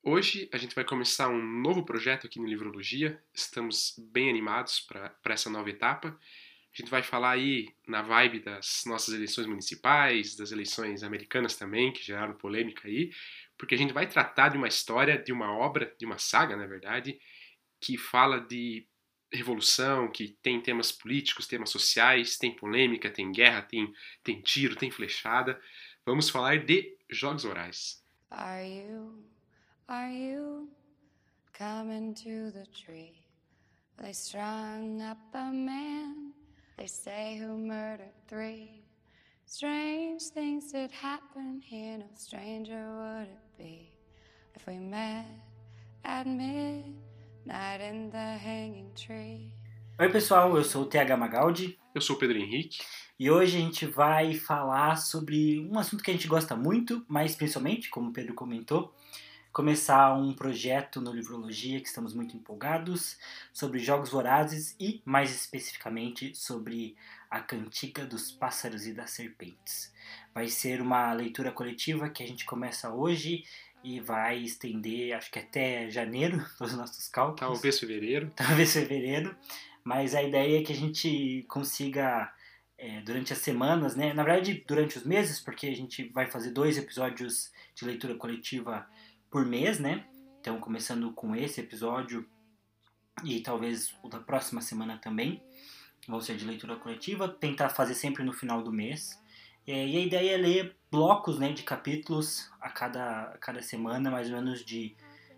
Hoje a gente vai começar um novo projeto aqui no Livrologia. Estamos bem animados para essa nova etapa. A gente vai falar aí na vibe das nossas eleições municipais, das eleições americanas também, que geraram polêmica aí, porque a gente vai tratar de uma história, de uma obra, de uma saga, na verdade, que fala de revolução, que tem temas políticos, temas sociais, tem polêmica, tem guerra, tem tiro, tem flechada. Vamos falar de Jogos Vorazes. Are you coming to the tree? They strung up a man, they say, who murdered three. Strange things did happen here, no stranger would it be if we met at midnight in the hanging tree. Oi pessoal, eu sou o TH Magaldi. Eu sou o Pedro Henrique. E hoje a gente vai falar sobre um assunto que a gente gosta muito, mas principalmente, como o Pedro comentou, começar um projeto no Livrologia que estamos muito empolgados, sobre Jogos Vorazes e, mais especificamente, sobre a Cantiga dos Pássaros e das Serpentes. Vai ser uma leitura coletiva que a gente começa hoje e vai estender, acho que até janeiro, pelos nossos cálculos. Talvez fevereiro. Talvez fevereiro. Mas a ideia é que a gente consiga, durante as semanas, né? Na verdade, durante os meses, porque a gente vai fazer 2 episódios de leitura coletiva por mês, né? Então, começando com esse episódio e talvez o da próxima semana também, vão ser de leitura coletiva, tentar fazer sempre no final do mês. E a ideia é ler blocos, né, de capítulos a cada semana, mais ou menos de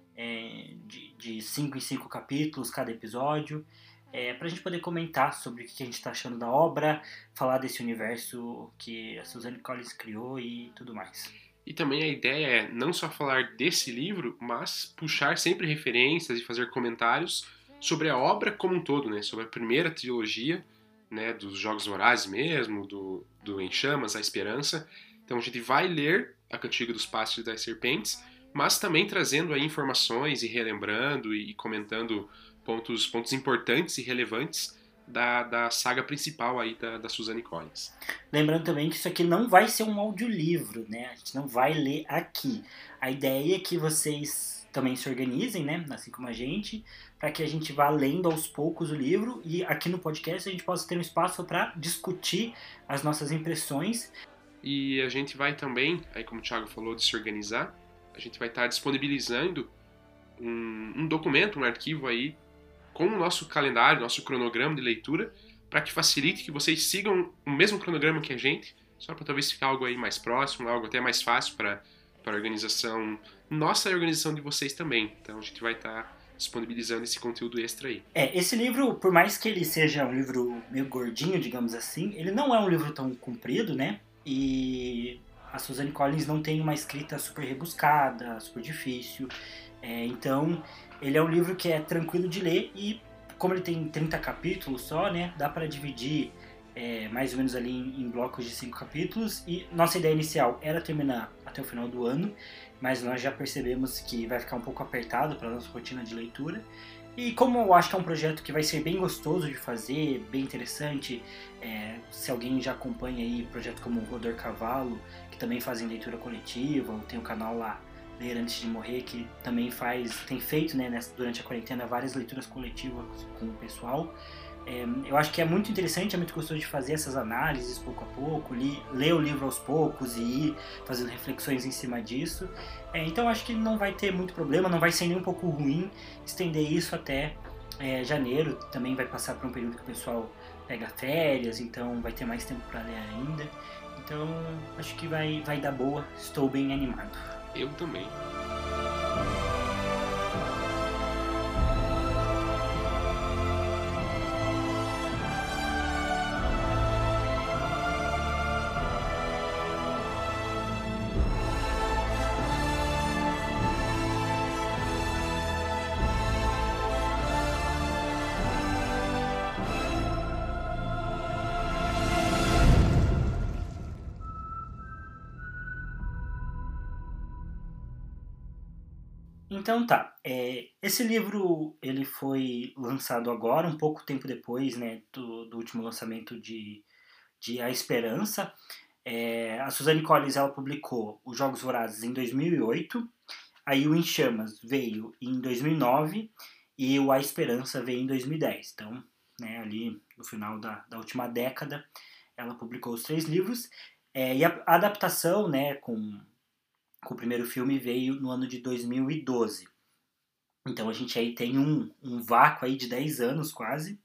5 em 5 capítulos cada episódio, para a gente poder comentar sobre o que a gente está achando da obra, falar desse universo que a Suzanne Collins criou e tudo mais. E também a ideia é não só falar desse livro, mas puxar sempre referências e fazer comentários sobre a obra como um todo, né? Sobre a primeira trilogia, né? Dos Jogos Vorazes mesmo, do Em Chamas, A Esperança. Então a gente vai ler a Cantiga dos Pássaros e das Serpentes, mas também trazendo aí informações e relembrando e comentando pontos importantes e relevantes da saga principal aí da Suzanne Collins. Lembrando também que isso aqui não vai ser um audiolivro, né? A gente não vai ler aqui. A ideia é que vocês também se organizem, né? Assim como a gente, para que a gente vá lendo aos poucos o livro e aqui no podcast a gente possa ter um espaço para discutir as nossas impressões. E a gente vai também, aí como o Thiago falou, de se organizar, a gente vai estar disponibilizando um documento, um arquivo aí com o nosso calendário, nosso cronograma de leitura, para que facilite que vocês sigam o mesmo cronograma que a gente, só para talvez ficar algo aí mais próximo, algo até mais fácil para a organização nossa e a organização de vocês também. Então a gente vai estar disponibilizando esse conteúdo extra aí. Esse livro, por mais que ele seja um livro meio gordinho, digamos assim, ele não é um livro tão comprido, né? E a Suzanne Collins não tem uma escrita super rebuscada, super difícil. Então, ele é um livro que é tranquilo de ler e, como ele tem 30 capítulos só, né? Dá para dividir mais ou menos ali em blocos de 5 capítulos. E nossa ideia inicial era terminar até o final do ano, mas nós já percebemos que vai ficar um pouco apertado para a nossa rotina de leitura. E como eu acho que é um projeto que vai ser bem gostoso de fazer, bem interessante, se alguém já acompanha aí projetos como o Rodor Cavalo, que também fazem leitura coletiva, ou tem o canal lá Ler Antes de Morrer, que também tem feito, né, durante a quarentena várias leituras coletivas com o pessoal. Eu acho que é muito interessante, é muito gostoso de fazer essas análises pouco a pouco, ler o livro aos poucos e ir fazendo reflexões em cima disso. Então acho que não vai ter muito problema, não vai ser nem um pouco ruim estender isso até janeiro. Também vai passar por um período que o pessoal pega férias, então vai ter mais tempo para ler ainda. Então acho que vai dar boa, estou bem animado. Eu também. Então tá, esse livro ele foi lançado agora, um pouco tempo depois, né, do último lançamento de A Esperança. A Suzanne Collins ela publicou Os Jogos Vorazes em 2008, Aí o Em Chamas veio em 2009 e o A Esperança veio em 2010. Então, né, ali no final da última década, ela publicou os 3 livros. E a adaptação, né, com o primeiro filme veio no ano de 2012. Então a gente aí tem um vácuo aí de 10 anos quase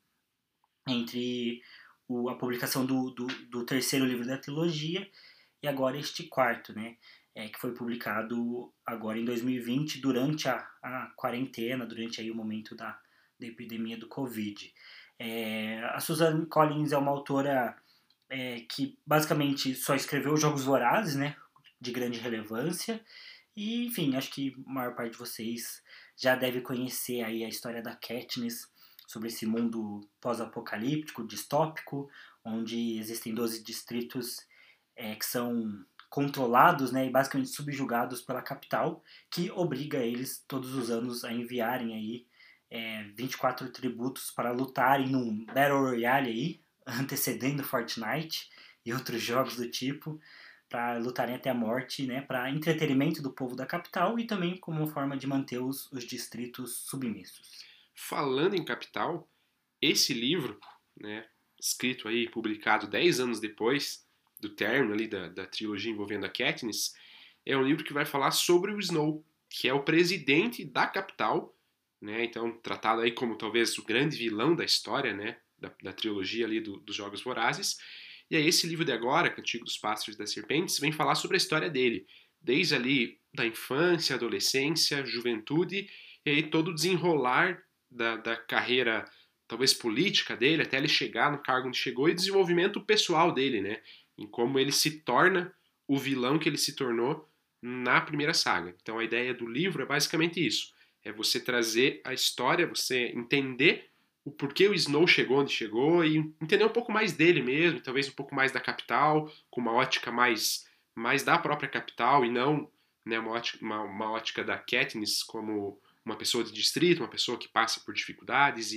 entre a publicação do terceiro livro da trilogia e agora este quarto, né? Que foi publicado agora em 2020 durante a quarentena, durante aí o momento da epidemia do Covid. A Suzanne Collins é uma autora que basicamente só escreveu Jogos Vorazes, né? De grande relevância. E, enfim, acho que a maior parte de vocês já deve conhecer aí a história da Katniss, sobre esse mundo pós-apocalíptico, distópico, onde existem 12 distritos que são controlados, né, e basicamente subjugados pela capital, que obriga eles todos os anos a enviarem aí 24 tributos para lutarem num Battle Royale aí, antecedendo Fortnite e outros jogos do tipo, para lutarem até a morte, né, para entretenimento do povo da capital e também como forma de manter os distritos submissos. Falando em capital, esse livro, né, escrito aí, publicado 10 anos depois do término ali da trilogia envolvendo a Katniss, é um livro que vai falar sobre o Snow, que é o presidente da capital, né, então tratado aí como talvez o grande vilão da história, né, da trilogia ali dos Jogos Vorazes. E aí esse livro de agora, Cantigo dos Pássaros e das Serpentes, vem falar sobre a história dele, desde ali da infância, adolescência, juventude, e aí todo o desenrolar da carreira talvez política dele, até ele chegar no cargo onde chegou, e desenvolvimento pessoal dele, né? Em como ele se torna o vilão que ele se tornou na primeira saga. Então a ideia do livro é basicamente isso. É você trazer a história, você entender o porquê o Snow chegou onde chegou e entender um pouco mais dele mesmo, talvez um pouco mais da capital, com uma ótica mais da própria capital e não, né, uma ótica da Katniss como uma pessoa de distrito, uma pessoa que passa por dificuldades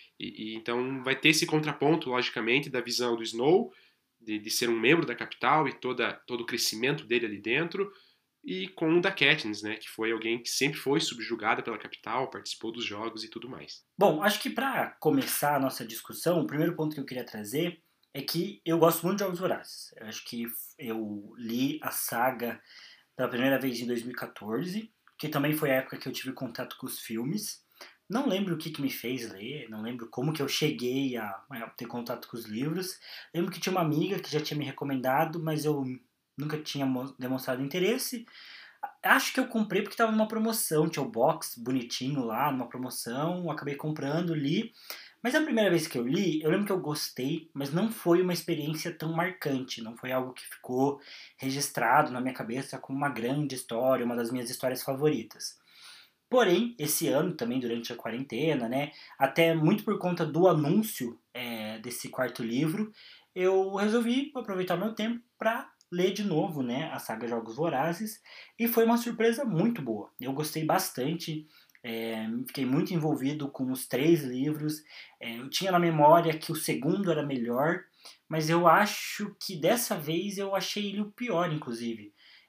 e então vai ter esse contraponto, logicamente, da visão do Snow, de ser um membro da capital e todo o crescimento dele ali dentro, e com o da Katniss, né, que foi alguém que sempre foi subjugada pela capital, participou dos jogos e tudo mais. Bom, acho que para começar a nossa discussão, o primeiro ponto que eu queria trazer é que eu gosto muito de Jogos Vorazes. Eu acho que eu li a saga pela primeira vez em 2014, que também foi a época que eu tive contato com os filmes. Não lembro o que me fez ler, não lembro como que eu cheguei a ter contato com os livros. Lembro que tinha uma amiga que já tinha me recomendado, mas eu nunca tinha demonstrado interesse. Acho que eu comprei porque estava numa promoção, tinha o box bonitinho lá, numa promoção, acabei comprando, li. Mas a primeira vez que eu li, eu lembro que eu gostei, mas não foi uma experiência tão marcante, não foi algo que ficou registrado na minha cabeça como uma grande história, uma das minhas histórias favoritas. Porém, esse ano também, durante a quarentena, né, até muito por conta do anúncio desse quarto livro, eu resolvi aproveitar meu tempo para ler de novo, né, a saga Jogos Vorazes, e foi uma surpresa muito boa. Eu gostei bastante, fiquei muito envolvido com os 3 livros, eu tinha na memória que o segundo era melhor, mas eu acho que dessa vez eu achei ele o pior, inclusive.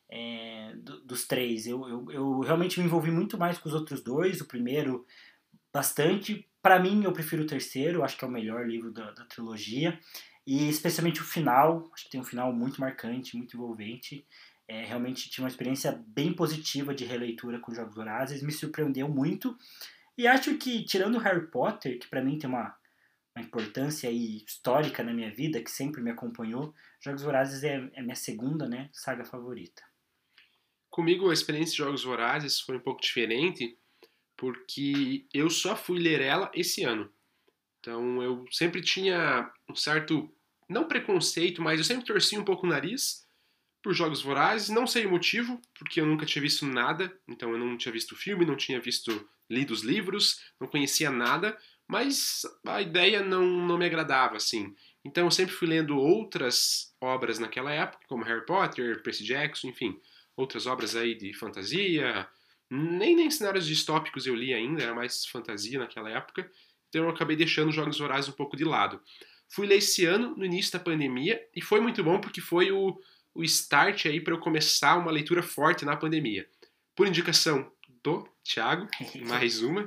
Dos 3. Eu realmente me envolvi muito mais com os outros 2. O primeiro, bastante. Para mim, eu prefiro o terceiro. Acho que é o melhor livro da trilogia. E especialmente o final. Acho que tem um final muito marcante, muito envolvente. Realmente tive uma experiência bem positiva de releitura com Jogos Vorazes. Me surpreendeu muito. E acho que, tirando Harry Potter, que para mim tem uma importância aí histórica na minha vida, que sempre me acompanhou, Jogos Vorazes é minha segunda, né, saga favorita. Comigo, a experiência de Jogos Vorazes foi um pouco diferente, porque eu só fui ler ela esse ano. Então eu sempre tinha um certo, não preconceito, mas eu sempre torci um pouco o nariz por Jogos Vorazes. Não sei o motivo, porque eu nunca tinha visto nada. Então eu não tinha visto o filme, não tinha lido os livros, não conhecia nada. Mas a ideia não me agradava, assim. Então eu sempre fui lendo outras obras naquela época, como Harry Potter, Percy Jackson, enfim, outras obras aí de fantasia. Nem cenários distópicos eu li ainda, era mais fantasia naquela época. Então eu acabei deixando os Jogos Vorazes um pouco de lado. Fui ler esse ano, no início da pandemia, e foi muito bom porque foi o start aí para eu começar uma leitura forte na pandemia. Por indicação tô, Thiago, mais uma,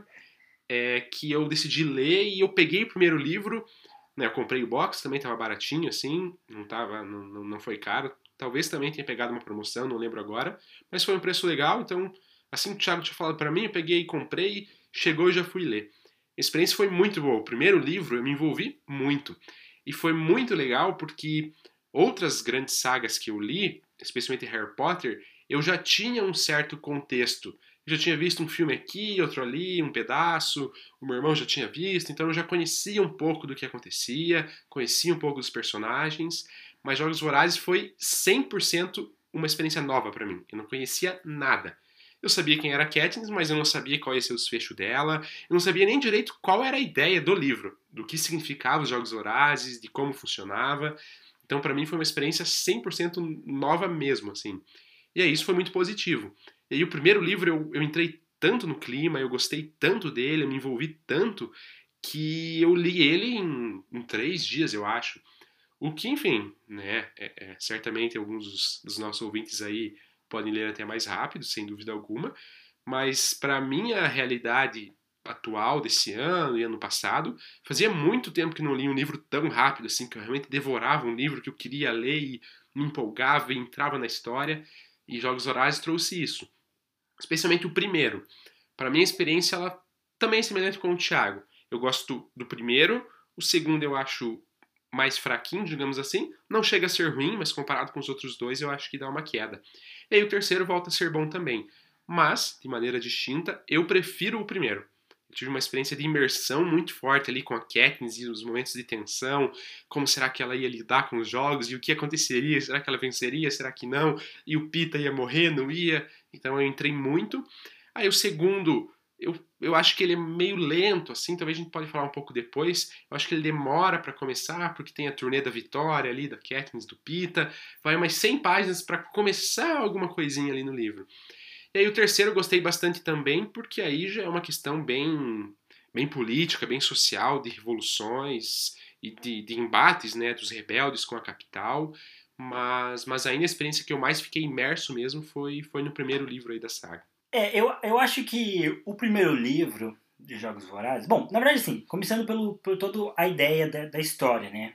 que eu decidi ler e eu peguei o primeiro livro, né, eu comprei o box, também tava baratinho, assim, não foi caro, talvez também tenha pegado uma promoção, não lembro agora, mas foi um preço legal, então, assim que o Thiago tinha falado pra mim, eu peguei, comprei, chegou e já fui ler. A experiência foi muito boa, o primeiro livro eu me envolvi muito, e foi muito legal porque outras grandes sagas que eu li, especialmente Harry Potter, eu já tinha um certo contexto. Eu já tinha visto um filme aqui, outro ali, um pedaço, o meu irmão já tinha visto, então eu já conhecia um pouco do que acontecia, conhecia um pouco dos personagens, mas Jogos Vorazes foi 100% uma experiência nova para mim. Eu não conhecia nada. Eu sabia quem era a Katniss, mas eu não sabia qual ia ser o desfecho dela, eu não sabia nem direito qual era a ideia do livro, do que significava os Jogos Vorazes, de como funcionava. Então, para mim, foi uma experiência 100% nova mesmo, assim. E aí, isso foi muito positivo. E aí, o primeiro livro, eu entrei tanto no clima, eu gostei tanto dele, eu me envolvi tanto, que eu li ele em 3 dias, eu acho. O que, enfim, né, certamente alguns dos nossos ouvintes aí podem ler até mais rápido, sem dúvida alguma, mas para minha realidade atual desse ano e ano passado, fazia muito tempo que não li um livro tão rápido assim, que eu realmente devorava um livro que eu queria ler e me empolgava e entrava na história, e Jogos Vorazes trouxe isso. Especialmente o primeiro. Para mim a experiência ela também é semelhante com o Thiago. Eu gosto do primeiro, o segundo eu acho mais fraquinho, digamos assim. Não chega a ser ruim, mas comparado com os outros dois eu acho que dá uma queda. E aí o terceiro volta a ser bom também. Mas, de maneira distinta, eu prefiro o primeiro. Eu tive uma experiência de imersão muito forte ali com a Katniss e os momentos de tensão. Como será que ela ia lidar com os jogos? E o que aconteceria? Será que ela venceria? Será que não? E o Pita ia morrer? Não ia? Então eu entrei muito. Aí o segundo, eu acho que ele é meio lento, assim, talvez a gente pode falar um pouco depois. Eu acho que ele demora para começar, porque tem a turnê da Vitória ali, da Katniss, do Pita. Vai umas 100 páginas para começar alguma coisinha ali no livro. E aí o terceiro eu gostei bastante também, porque aí já é uma questão bem política, bem social, de revoluções e de embates, né, dos rebeldes com a capital. Mas ainda a experiência que eu mais fiquei imerso mesmo foi no primeiro livro aí da saga. Eu acho que o primeiro livro de Jogos Vorazes... Bom, na verdade, sim, começando por toda a ideia da história, né?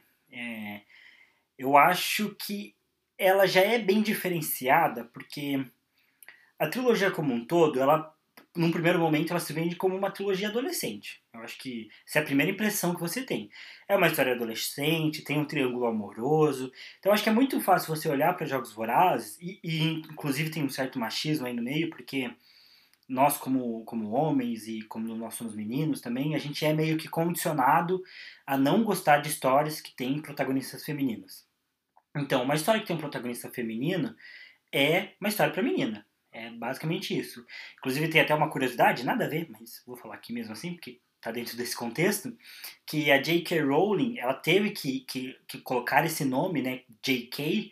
Eu acho que ela já é bem diferenciada, porque a trilogia como um todo, ela, num primeiro momento, ela se vende como uma trilogia adolescente. Eu acho que essa é a primeira impressão que você tem. É uma história adolescente, tem um triângulo amoroso. Então eu acho que é muito fácil você olhar para Jogos Vorazes, e inclusive tem um certo machismo aí no meio, porque nós como homens e como nós somos meninos também, a gente é meio que condicionado a não gostar de histórias que têm protagonistas femininas. Então, uma história que tem um protagonista feminino é uma história para menina. É basicamente isso. Inclusive tem até uma curiosidade, nada a ver, mas vou falar aqui mesmo assim, porque está dentro desse contexto, que a J.K. Rowling, ela teve que colocar esse nome, né, J.K.,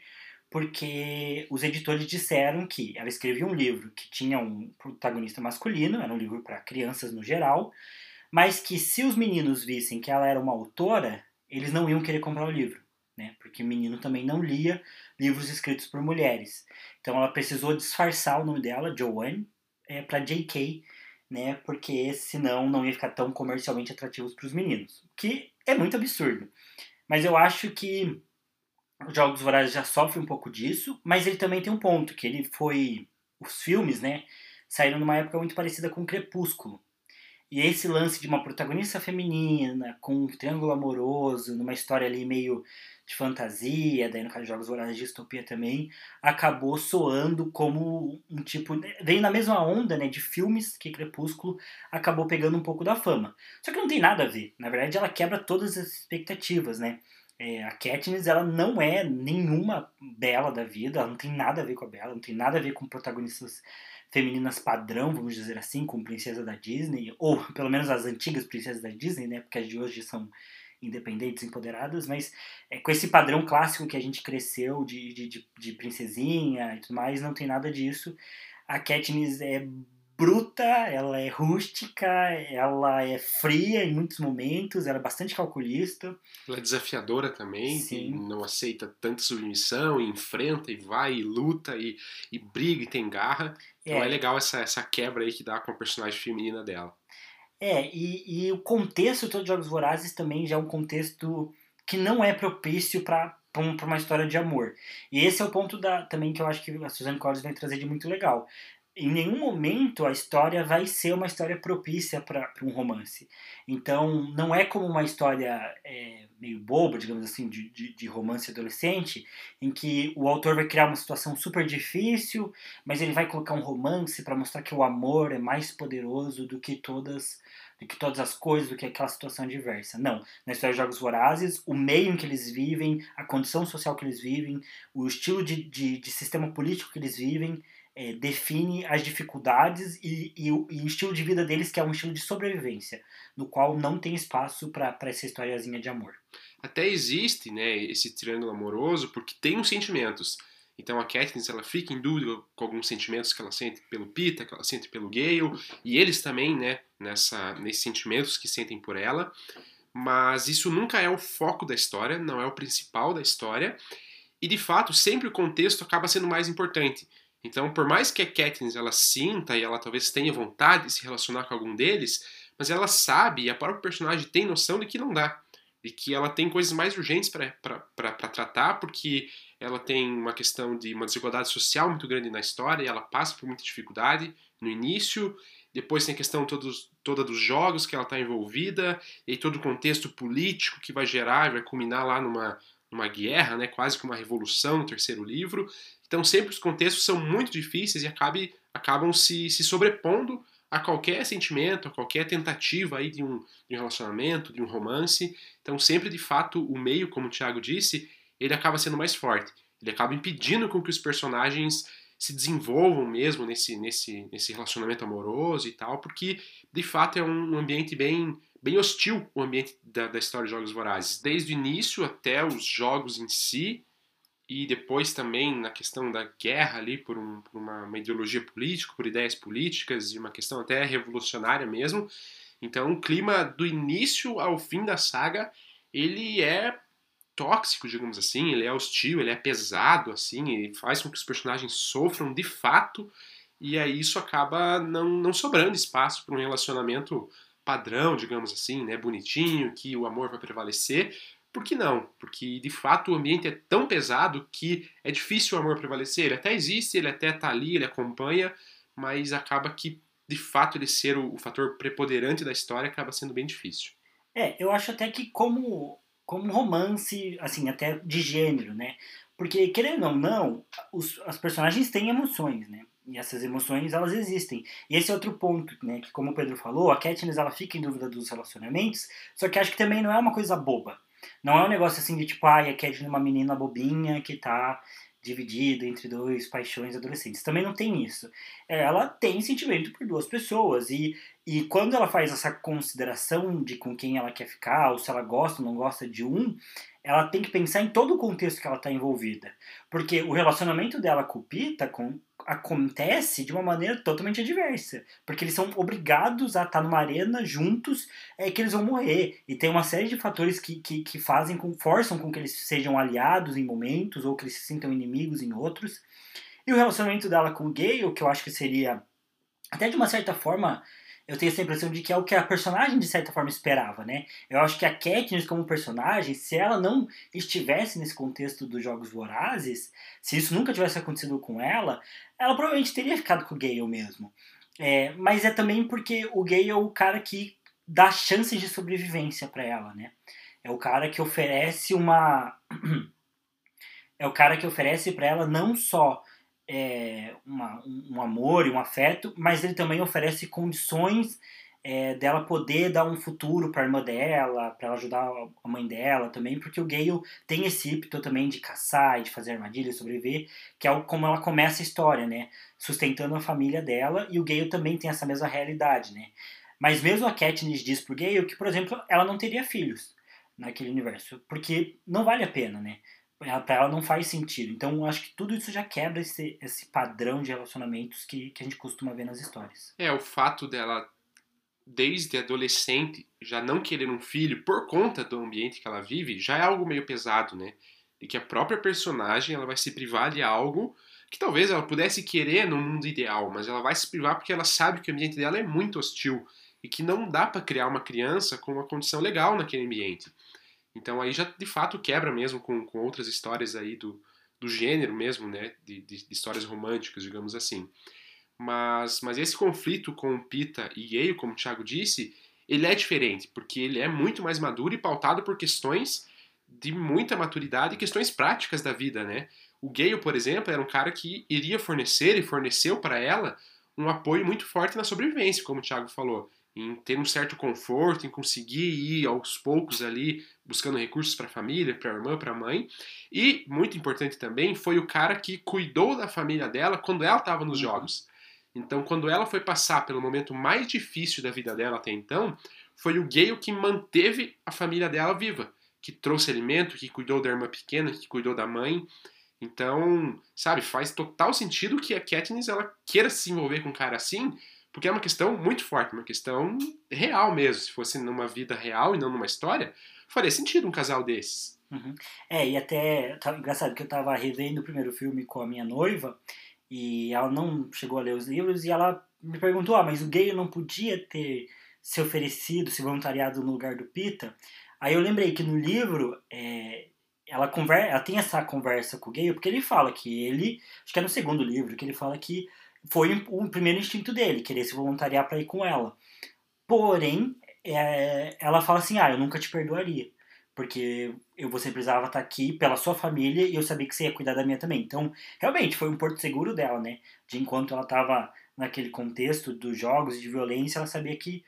porque os editores disseram que ela escrevia um livro que tinha um protagonista masculino, era um livro para crianças no geral, mas que se os meninos vissem que ela era uma autora, eles não iam querer comprar o livro, né? Porque o menino também não lia livros escritos por mulheres. Então ela precisou disfarçar o nome dela, Joanne, para J.K., né? Porque senão não ia ficar tão comercialmente atrativos para os meninos. Que é muito absurdo. Mas eu acho que os Jogos Vorazes já sofre um pouco disso, mas ele também tem um ponto, que ele foi... Os filmes, né, saíram numa época muito parecida com Crepúsculo. E esse lance de uma protagonista feminina, com um triângulo amoroso, numa história ali meio de fantasia, daí no caso de Jogos Vorazes de distopia também, acabou soando como um tipo... Veio na mesma onda, né, de filmes que Crepúsculo acabou pegando um pouco da fama. Só que não tem nada a ver. Na verdade, ela quebra todas as expectativas, né? A Katniss, ela não é nenhuma Bella da vida, ela não tem nada a ver com a Bella, não tem nada a ver com protagonistas femininas padrão, vamos dizer assim, com princesa da Disney, ou pelo menos as antigas princesas da Disney, né, porque as de hoje são independentes, empoderadas, mas com esse padrão clássico que a gente cresceu de princesinha e tudo mais, não tem nada disso. A Katniss é bruta, ela é rústica, ela é fria em muitos momentos, ela é bastante calculista. Ela é desafiadora também, e Sim. não aceita tanta submissão, e enfrenta, e vai, e luta, e briga, e tem garra. Então é É, legal essa quebra aí que dá com a personagem feminina dela. e o contexto todo de Jogos Vorazes também já é um contexto que não é propício para uma história de amor. E esse é o ponto também que eu acho que a Suzanne Collins vai trazer de muito legal. Em nenhum momento a história vai ser uma história propícia para um romance. Então, não é como uma história meio boba, digamos assim, de romance adolescente, em que o autor vai criar uma situação super difícil, mas ele vai colocar um romance para mostrar que o amor é mais poderoso do que todas as coisas, do que aquela situação adversa. Não. Na história de Jogos Vorazes, o meio em que eles vivem, a condição social que eles vivem, o estilo de sistema político que eles vivem, define as dificuldades e o estilo de vida deles, que é um estilo de sobrevivência, no qual não tem espaço para essa historiazinha de amor. Até existe, né, esse triângulo amoroso porque tem os sentimentos. Então a Katniss ela fica em dúvida com alguns sentimentos que ela sente pelo Peeta, que ela sente pelo Gale, e eles também, né, nesses sentimentos que sentem por ela. Mas isso nunca é o foco da história, não é o principal da história. E de fato, sempre o contexto acaba sendo mais importante. Então, por mais que a Katniss ela sinta e ela talvez tenha vontade de se relacionar com algum deles, mas ela sabe e a própria personagem tem noção de que não dá. De que ela tem coisas mais urgentes para tratar, porque ela tem uma questão de uma desigualdade social muito grande na história e ela passa por muita dificuldade no início. Depois tem a questão toda dos jogos que ela está envolvida e todo o contexto político que vai gerar, vai culminar lá numa guerra, né, quase que uma revolução no terceiro livro. Então sempre os contextos são muito difíceis e acabam se sobrepondo a qualquer sentimento, a qualquer tentativa aí de um relacionamento, de um romance. Então sempre, de fato, o meio, como o Thiago disse, ele acaba sendo mais forte. Ele acaba impedindo com que os personagens se desenvolvam mesmo nesse relacionamento amoroso e tal, porque, de fato, é um ambiente bem hostil, o ambiente da história de Jogos Vorazes. Desde o início até os jogos em si, e depois também na questão da guerra ali por uma ideologia política, por ideias políticas e uma questão até revolucionária mesmo. Então o clima do início ao fim da saga, ele é tóxico, digamos assim, ele é hostil, ele é pesado, assim, ele faz com que os personagens sofram de fato, e aí isso acaba não sobrando espaço para um relacionamento padrão, digamos assim, né, bonitinho, que o amor vai prevalecer. Por que não? Porque de fato o ambiente é tão pesado que é difícil o amor prevalecer. Ele até existe, ele até tá ali, ele acompanha, mas acaba que de fato ele ser o fator preponderante da história acaba sendo bem difícil. Eu acho até que como romance, assim, até de gênero, né? Porque, querendo ou não, as personagens têm emoções, né? E essas emoções, elas existem. E esse é outro ponto, né? Que, como o Pedro falou, a Katniss, ela fica em dúvida dos relacionamentos, só que acho que também não é uma coisa boba. Não é um negócio assim de tipo, a Katniss é uma menina bobinha que tá dividida entre dois paixões adolescentes. Também não tem isso. Ela tem sentimento por duas pessoas e quando ela faz essa consideração de com quem ela quer ficar, ou se ela gosta ou não gosta de um, ela tem que pensar em todo o contexto que ela está envolvida. Porque o relacionamento dela com o Pita acontece de uma maneira totalmente adversa. Porque eles são obrigados a estar numa arena juntos, que eles vão morrer. E tem uma série de fatores que forçam com que eles sejam aliados em momentos, ou que eles se sintam inimigos em outros. E o relacionamento dela com o Gale, que eu acho que seria, até de uma certa forma, eu tenho essa impressão de que é o que a personagem de certa forma esperava, né? Eu acho que a Katniss como personagem, se ela não estivesse nesse contexto dos Jogos Vorazes, se isso nunca tivesse acontecido com ela provavelmente teria ficado com o Gale mesmo. Mas é também porque o Gale é o cara que dá chances de sobrevivência para ela, né? É o cara que oferece é o cara que oferece para ela não só um amor e um afeto, mas ele também oferece condições dela poder dar um futuro para a irmã dela, para ela ajudar a mãe dela também, porque o Gale tem esse ímpeto também de caçar e de fazer armadilhas, sobreviver, que é como ela começa a história, né? Sustentando a família dela, e o Gale também tem essa mesma realidade, né? Mas mesmo a Katniss diz pro Gale que, por exemplo, ela não teria filhos naquele universo, porque não vale a pena, né? Pra ela não faz sentido. Então eu acho que tudo isso já quebra esse padrão de relacionamentos que a gente costuma ver nas histórias. O fato dela, desde adolescente, já não querer um filho por conta do ambiente que ela vive, já é algo meio pesado, né? De que a própria personagem ela vai se privar de algo que talvez ela pudesse querer no mundo ideal, mas ela vai se privar porque ela sabe que o ambiente dela é muito hostil e que não dá para criar uma criança com uma condição legal naquele ambiente. Então aí já de fato quebra mesmo com outras histórias aí do gênero mesmo, né? De histórias românticas, digamos assim. Mas esse conflito com o Pita e Gale, como o Thiago disse, ele é diferente, porque ele é muito mais maduro e pautado por questões de muita maturidade e questões práticas da vida, né? O Gale, por exemplo, era um cara que iria fornecer e forneceu para ela um apoio muito forte na sobrevivência, como o Thiago falou, em ter um certo conforto, em conseguir ir aos poucos ali buscando recursos para a família, para a irmã, para a mãe. E, muito importante também, foi o cara que cuidou da família dela quando ela estava nos jogos. Então, quando ela foi passar pelo momento mais difícil da vida dela até então, foi o Gale que manteve a família dela viva, que trouxe alimento, que cuidou da irmã pequena, que cuidou da mãe. Então, sabe, faz total sentido que a Katniss ela queira se envolver com um cara assim, porque é uma questão muito forte, uma questão real mesmo. Se fosse numa vida real e não numa história, faria sentido um casal desses. Uhum. E até, engraçado que eu tava revendo o primeiro filme com a minha noiva, e ela não chegou a ler os livros, e ela me perguntou, mas o Gale não podia ter se oferecido, se voluntariado no lugar do Pita? Aí eu lembrei que no livro, ela tem essa conversa com o Gale, porque ele fala que ele, acho que é no segundo livro, que ele fala que foi o primeiro instinto dele, querer se voluntariar para ir com ela. Porém, ela fala assim, eu nunca te perdoaria, porque você precisava estar aqui pela sua família e eu sabia que você ia cuidar da minha também. Então, realmente, foi um porto seguro dela, né? De enquanto ela estava naquele contexto dos jogos de violência, ela sabia que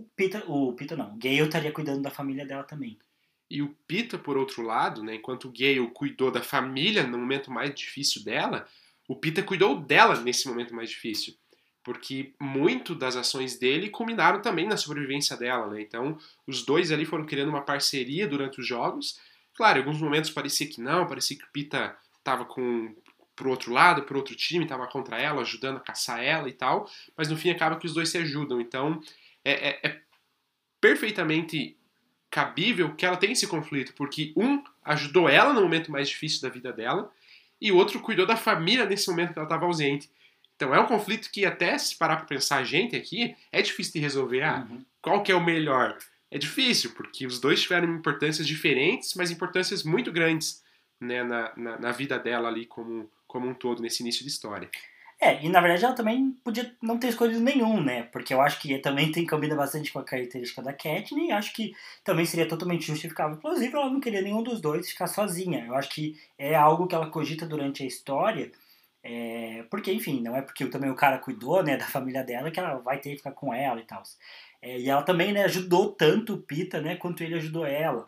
o Gale estaria cuidando da família dela também. E o Pita, por outro lado, né, enquanto o Gale cuidou da família no momento mais difícil dela, o Pita cuidou dela nesse momento mais difícil. Porque muito das ações dele culminaram também na sobrevivência dela, né? Então, os dois ali foram criando uma parceria durante os jogos. Claro, em alguns momentos parecia que não, parecia que o Pita estava pro outro lado, pro outro time, estava contra ela, ajudando a caçar ela e tal, mas no fim acaba que os dois se ajudam. Então, é perfeitamente cabível que ela tenha esse conflito, porque um ajudou ela no momento mais difícil da vida dela e o outro cuidou da família nesse momento que ela estava ausente. Então é um conflito que até se parar para pensar a gente aqui, é difícil de resolver. Qual que é o melhor? É difícil, porque os dois tiveram importâncias diferentes, mas importâncias muito grandes, né, na vida dela ali como um todo, nesse início de história. E na verdade ela também podia não ter escolhido nenhum, né? Porque eu acho que também combina bastante com a característica da Katniss e acho que também seria totalmente justificável. Inclusive, ela não queria nenhum dos dois ficar sozinha. Eu acho que é algo que ela cogita durante a história, porque, enfim, não é porque também o cara cuidou, né, da família dela que ela vai ter que ficar com ela e tal. E ela também, né, ajudou tanto o Pita, né, quanto ele ajudou ela.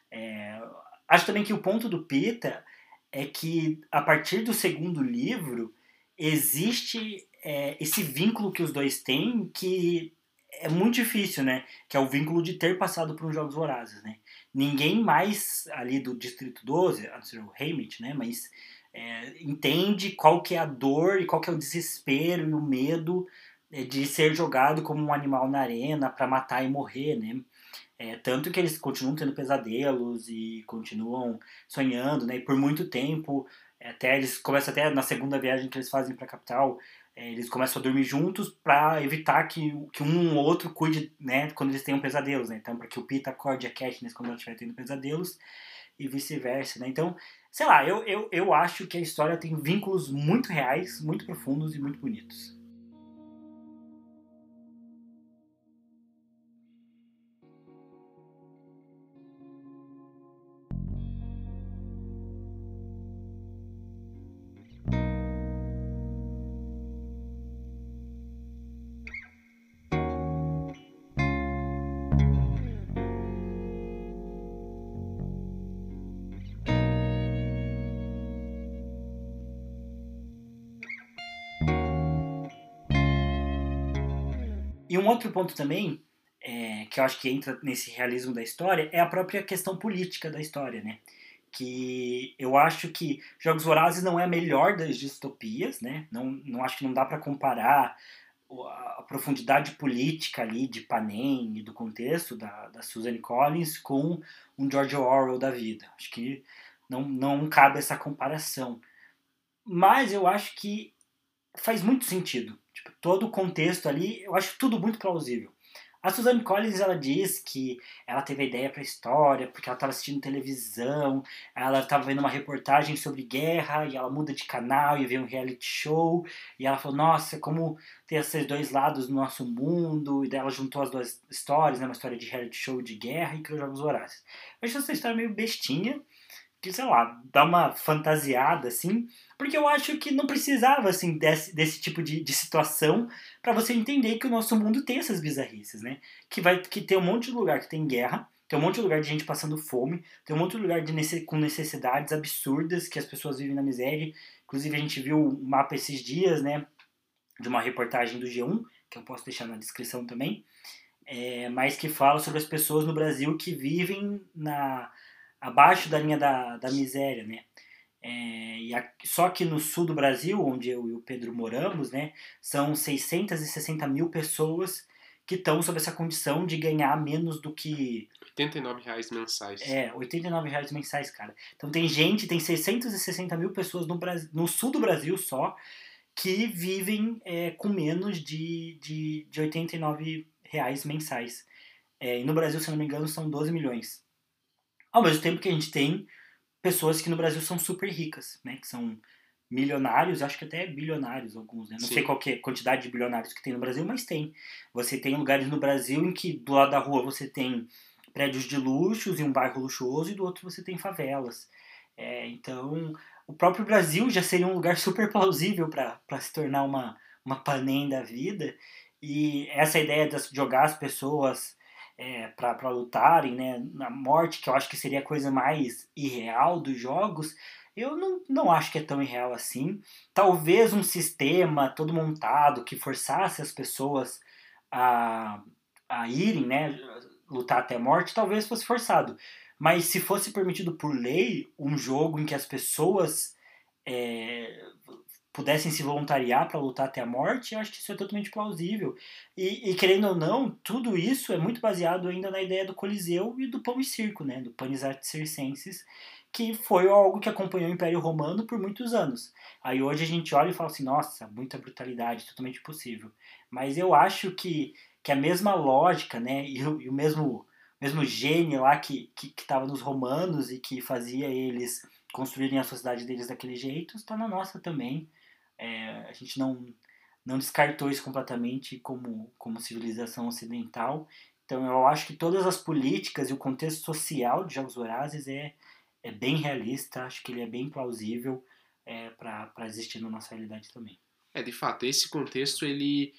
Acho também que o ponto do Pita é que, a partir do segundo livro, existe esse vínculo que os dois têm que é muito difícil, né? Que é o vínculo de ter passado por uns Jogos Vorazes, né? Ninguém mais ali do Distrito 12, a não ser o Haymitch, né? Mas entende qual que é a dor e qual que é o desespero e o medo de ser jogado como um animal na arena para matar e morrer, né? Tanto que eles continuam tendo pesadelos e continuam sonhando, né? E por muito tempo, até eles começam até na segunda viagem que eles fazem para a capital, eles começam a dormir juntos para evitar que um ou outro cuide, né? Quando eles tenham pesadelos, né? Então, para que o Pita acorde a Katniss quando ela estiver tendo pesadelos e vice-versa, né? Então, sei lá, eu acho que a história tem vínculos muito reais, muito profundos e muito bonitos. E um outro ponto também, que eu acho que entra nesse realismo da história, é a própria questão política da história, né? que eu acho que Jogos Vorazes não é a melhor das distopias, né? Não acho que não dá para comparar a profundidade política ali de Panem e do contexto da Suzanne Collins com um George Orwell da vida. Acho que não cabe essa comparação. Mas eu acho que faz muito sentido. Tipo, todo o contexto ali, eu acho tudo muito plausível. A Suzanne Collins, ela diz que ela teve a ideia para a história porque ela estava assistindo televisão, ela estava vendo uma reportagem sobre guerra e ela muda de canal e vê um reality show e ela falou, nossa, como tem esses dois lados no nosso mundo, e daí ela juntou as duas histórias, né, uma história de reality show de guerra e criou Jogos Vorazes. Eu acho essa história meio bestinha, que, sei lá, dá uma fantasiada, assim, porque eu acho que não precisava, assim, desse tipo de situação para você entender que o nosso mundo tem essas bizarrices, né? Que tem um monte de lugar que tem guerra, tem um monte de lugar de gente passando fome, tem um monte de lugar com necessidades absurdas, que as pessoas vivem na miséria. Inclusive, a gente viu um mapa esses dias, né, de uma reportagem do G1, que eu posso deixar na descrição também, mas que fala sobre as pessoas no Brasil que vivem abaixo da linha da miséria, né? Só que no sul do Brasil, onde eu e o Pedro moramos, né, são 660 mil pessoas que estão sob essa condição de ganhar menos do que... R$ 89 mensais. R$ 89 mensais, cara. Então tem 660 mil pessoas no sul do Brasil só, que vivem com menos de R$ 89 mensais. E no Brasil, se não me engano, são 12 milhões. Ao mesmo tempo que a gente tem pessoas que no Brasil são super ricas, né? Que são milionários, acho que até bilionários alguns, né? Não sei qual que é a quantidade de bilionários que tem no Brasil, mas tem. Você tem lugares no Brasil em que do lado da rua você tem prédios de luxos e um bairro luxuoso, e do outro você tem favelas. Então, o próprio Brasil já seria um lugar super plausível para se tornar uma Panem da vida. E essa ideia de jogar as pessoas para lutarem, né, na morte, que eu acho que seria a coisa mais irreal dos jogos, eu não acho que é tão irreal assim. Talvez um sistema todo montado que forçasse as pessoas a irem, né, lutar até a morte, talvez fosse forçado. Mas se fosse permitido por lei um jogo em que as pessoas pudessem se voluntariar para lutar até a morte, eu acho que isso é totalmente plausível. E querendo ou não, tudo isso é muito baseado ainda na ideia do Coliseu e do pão e circo, né? Do panis et circenses, que foi algo que acompanhou o Império Romano por muitos anos. Aí hoje a gente olha e fala assim, nossa, muita brutalidade, totalmente possível. Mas eu acho que a mesma lógica, né, e o mesmo gênio lá que estava nos romanos e que fazia eles construírem a sociedade deles daquele jeito, está na nossa também. A gente não descartou isso completamente como civilização ocidental. Então eu acho que todas as políticas e o contexto social de Jogos Vorazes é bem realista, acho que ele é bem plausível para existir na nossa realidade também. De fato, esse contexto ele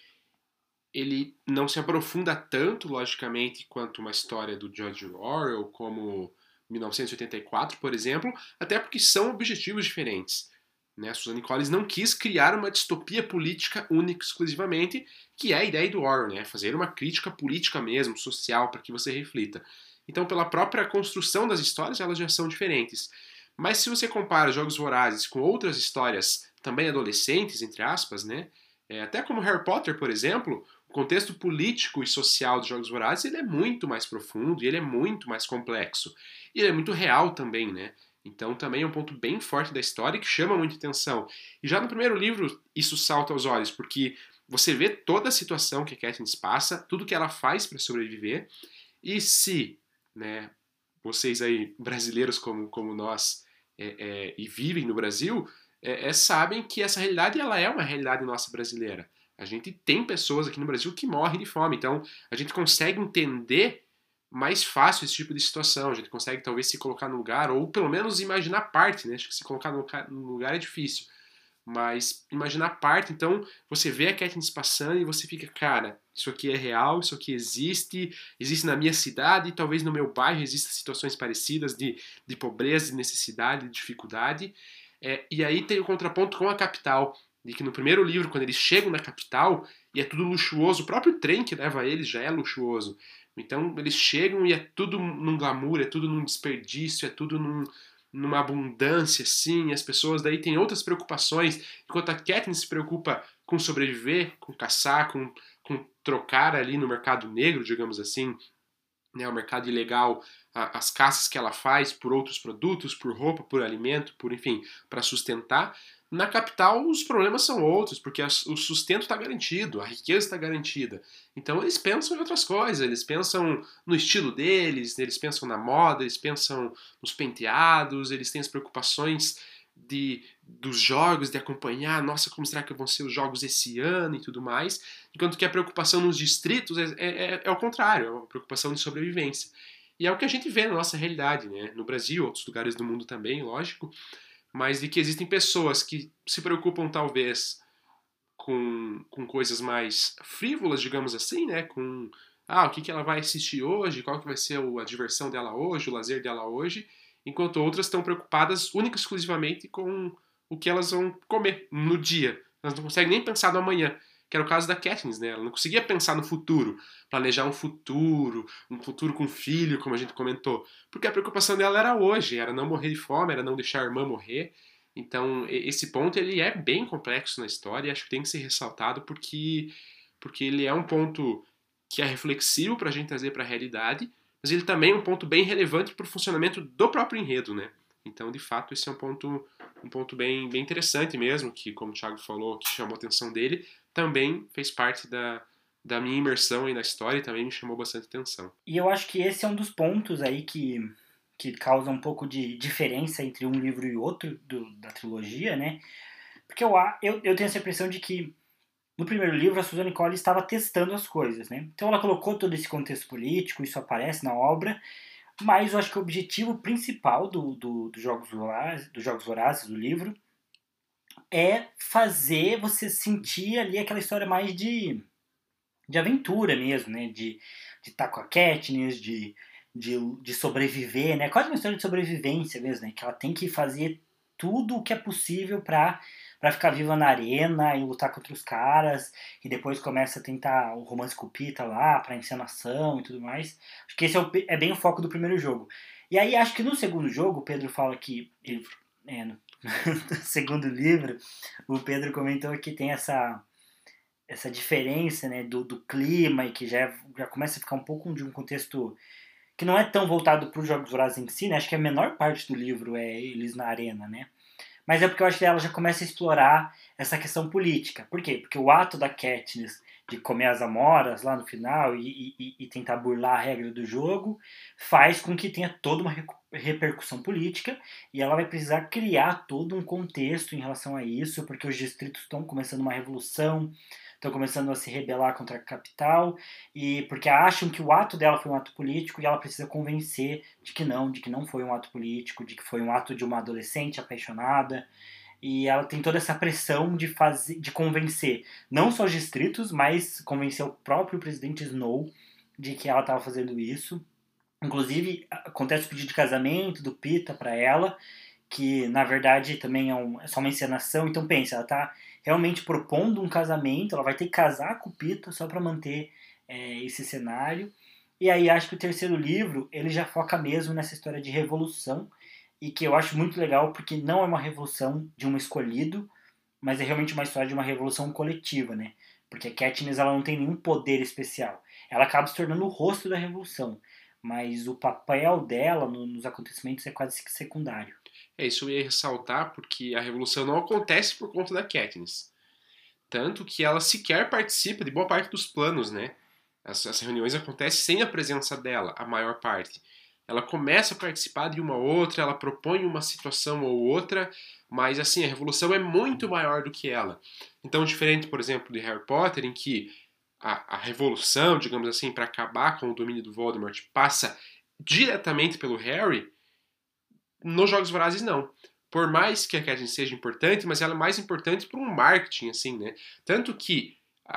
não se aprofunda tanto, logicamente, quanto uma história do George Orwell, como 1984, por exemplo, até porque são objetivos diferentes. Né? A Suzanne Collins não quis criar uma distopia política única exclusivamente, que é a ideia do Orwell, né? Fazer uma crítica política mesmo, social, para que você reflita. Então, pela própria construção das histórias, elas já são diferentes. Mas se você compara Jogos Vorazes com outras histórias, também adolescentes, entre aspas, né? Até como Harry Potter, por exemplo, o contexto político e social dos Jogos Vorazes ele é muito mais profundo e ele é muito mais complexo. E ele é muito real também, né? Então também é um ponto bem forte da história que chama muita atenção. E já no primeiro livro isso salta aos olhos, porque você vê toda a situação que a Katniss passa, tudo que ela faz para sobreviver, e se, né, vocês aí, brasileiros como nós, e vivem no Brasil, sabem que essa realidade ela é uma realidade nossa brasileira. A gente tem pessoas aqui no Brasil que morrem de fome, então a gente consegue entender mais fácil esse tipo de situação, a gente consegue talvez se colocar no lugar, ou pelo menos imaginar parte, né? Acho que se colocar no lugar é difícil, mas imaginar parte, então você vê a Katniss passando e você fica, cara, isso aqui é real, isso aqui existe na minha cidade, talvez no meu bairro existam situações parecidas de pobreza, de necessidade, de dificuldade, e aí tem o contraponto com a capital, de que no primeiro livro, quando eles chegam na capital, e é tudo luxuoso, o próprio trem que leva eles já é luxuoso, então eles chegam e é tudo num glamour, é tudo num desperdício, é tudo numa abundância, assim, as pessoas daí têm outras preocupações, enquanto a Katniss se preocupa com sobreviver, com caçar, com trocar ali no mercado negro, digamos assim, né, o mercado ilegal, as caças que ela faz por outros produtos, por roupa, por alimento, por enfim, para sustentar. Na capital os problemas são outros, porque o sustento está garantido, a riqueza está garantida. Então eles pensam em outras coisas, eles pensam no estilo deles, eles pensam na moda, eles pensam nos penteados, eles têm as preocupações dos jogos, de acompanhar, nossa, como será que vão ser os jogos esse ano e tudo mais, enquanto que a preocupação nos distritos é o contrário, é uma preocupação de sobrevivência. E é o que a gente vê na nossa realidade, né? No Brasil, outros lugares do mundo também, lógico, mas de que existem pessoas que se preocupam talvez com coisas mais frívolas, digamos assim, né? Com o que ela vai assistir hoje, qual que vai ser a diversão dela hoje, o lazer dela hoje, enquanto outras estão preocupadas única e exclusivamente com o que elas vão comer no dia. Elas não conseguem nem pensar no amanhã, que era o caso da Katniss, né? Ela não conseguia pensar no futuro, planejar um futuro com filho, como a gente comentou, porque a preocupação dela era hoje, era não morrer de fome, era não deixar a irmã morrer. Então, esse ponto ele é bem complexo na história e acho que tem que ser ressaltado porque ele é um ponto que é reflexivo para a gente trazer para a realidade, mas ele também é um ponto bem relevante para o funcionamento do próprio enredo, né? Então, de fato, esse é um ponto bem interessante mesmo, que, como o Thiago falou, que chamou a atenção dele, também fez parte da minha imersão aí na história e também me chamou bastante atenção. E eu acho que esse é um dos pontos aí que causa um pouco de diferença entre um livro e outro da trilogia, né? Porque eu tenho essa impressão de que no primeiro livro a Suzanne Collins estava testando as coisas, né? Então ela colocou todo esse contexto político, isso aparece na obra, mas eu acho que o objetivo principal dos Jogos Vorazes, do livro, é fazer você sentir ali aquela história mais de aventura mesmo, né? De estar com a Katniss, de sobreviver, né? Quase uma história de sobrevivência mesmo, né? Que ela tem que fazer tudo o que é possível para ficar viva na arena e lutar contra os caras, e depois começa a tentar o romance com o Pita lá, pra encenação e tudo mais. Acho que esse é bem o foco do primeiro jogo. E aí acho que no segundo jogo, o Pedro fala que... no segundo livro, o Pedro comentou que tem essa diferença, né, do clima e que já começa a ficar um pouco de um contexto que não é tão voltado para os Jogos Vorazes em si, né? Acho que a menor parte do livro é eles na arena, né? Mas é porque eu acho que ela já começa a explorar essa questão política. Por quê? Porque o ato da Katniss de comer as amoras lá no final e tentar burlar a regra do jogo faz com que tenha toda uma repercussão política e ela vai precisar criar todo um contexto em relação a isso, porque os distritos estão começando uma revolução, estão começando a se rebelar contra a capital, e porque acham que o ato dela foi um ato político e ela precisa convencer de que não foi um ato político, de que foi um ato de uma adolescente apaixonada, e ela tem toda essa pressão de convencer não só os distritos, mas convencer o próprio presidente Snow de que ela estava fazendo isso. Inclusive, acontece o pedido de casamento do Pita para ela, que na verdade também é só uma encenação. Então pensa, ela está realmente propondo um casamento, ela vai ter que casar com o Pita só para manter esse cenário. E aí acho que o terceiro livro ele já foca mesmo nessa história de revolução, e que eu acho muito legal porque não é uma revolução de um escolhido, mas é realmente uma história de uma revolução coletiva, né? Porque a Katniss ela não tem nenhum poder especial. Ela acaba se tornando o rosto da revolução, mas o papel dela nos acontecimentos é quase que secundário. Isso eu ia ressaltar porque a revolução não acontece por conta da Katniss. Tanto que ela sequer participa de boa parte dos planos, né? Essas reuniões acontecem sem a presença dela, a maior parte. Ela começa a participar de uma ou outra, ela propõe uma situação ou outra, mas assim, a revolução é muito maior do que ela. Então, diferente, por exemplo, de Harry Potter, em que a revolução, digamos assim, para acabar com o domínio do Voldemort passa diretamente pelo Harry, nos Jogos Vorazes não. Por mais que a Katniss seja importante, mas ela é mais importante para um marketing, assim, né? Tanto que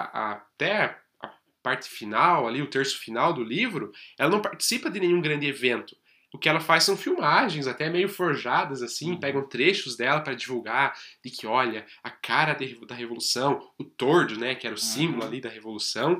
até a parte final, ali, o terço final do livro, ela não participa de nenhum grande evento. O que ela faz são filmagens, até meio forjadas, assim, pegam trechos dela para divulgar de que, olha, a cara da Revolução, o tordo, né, que era o símbolo ali da Revolução,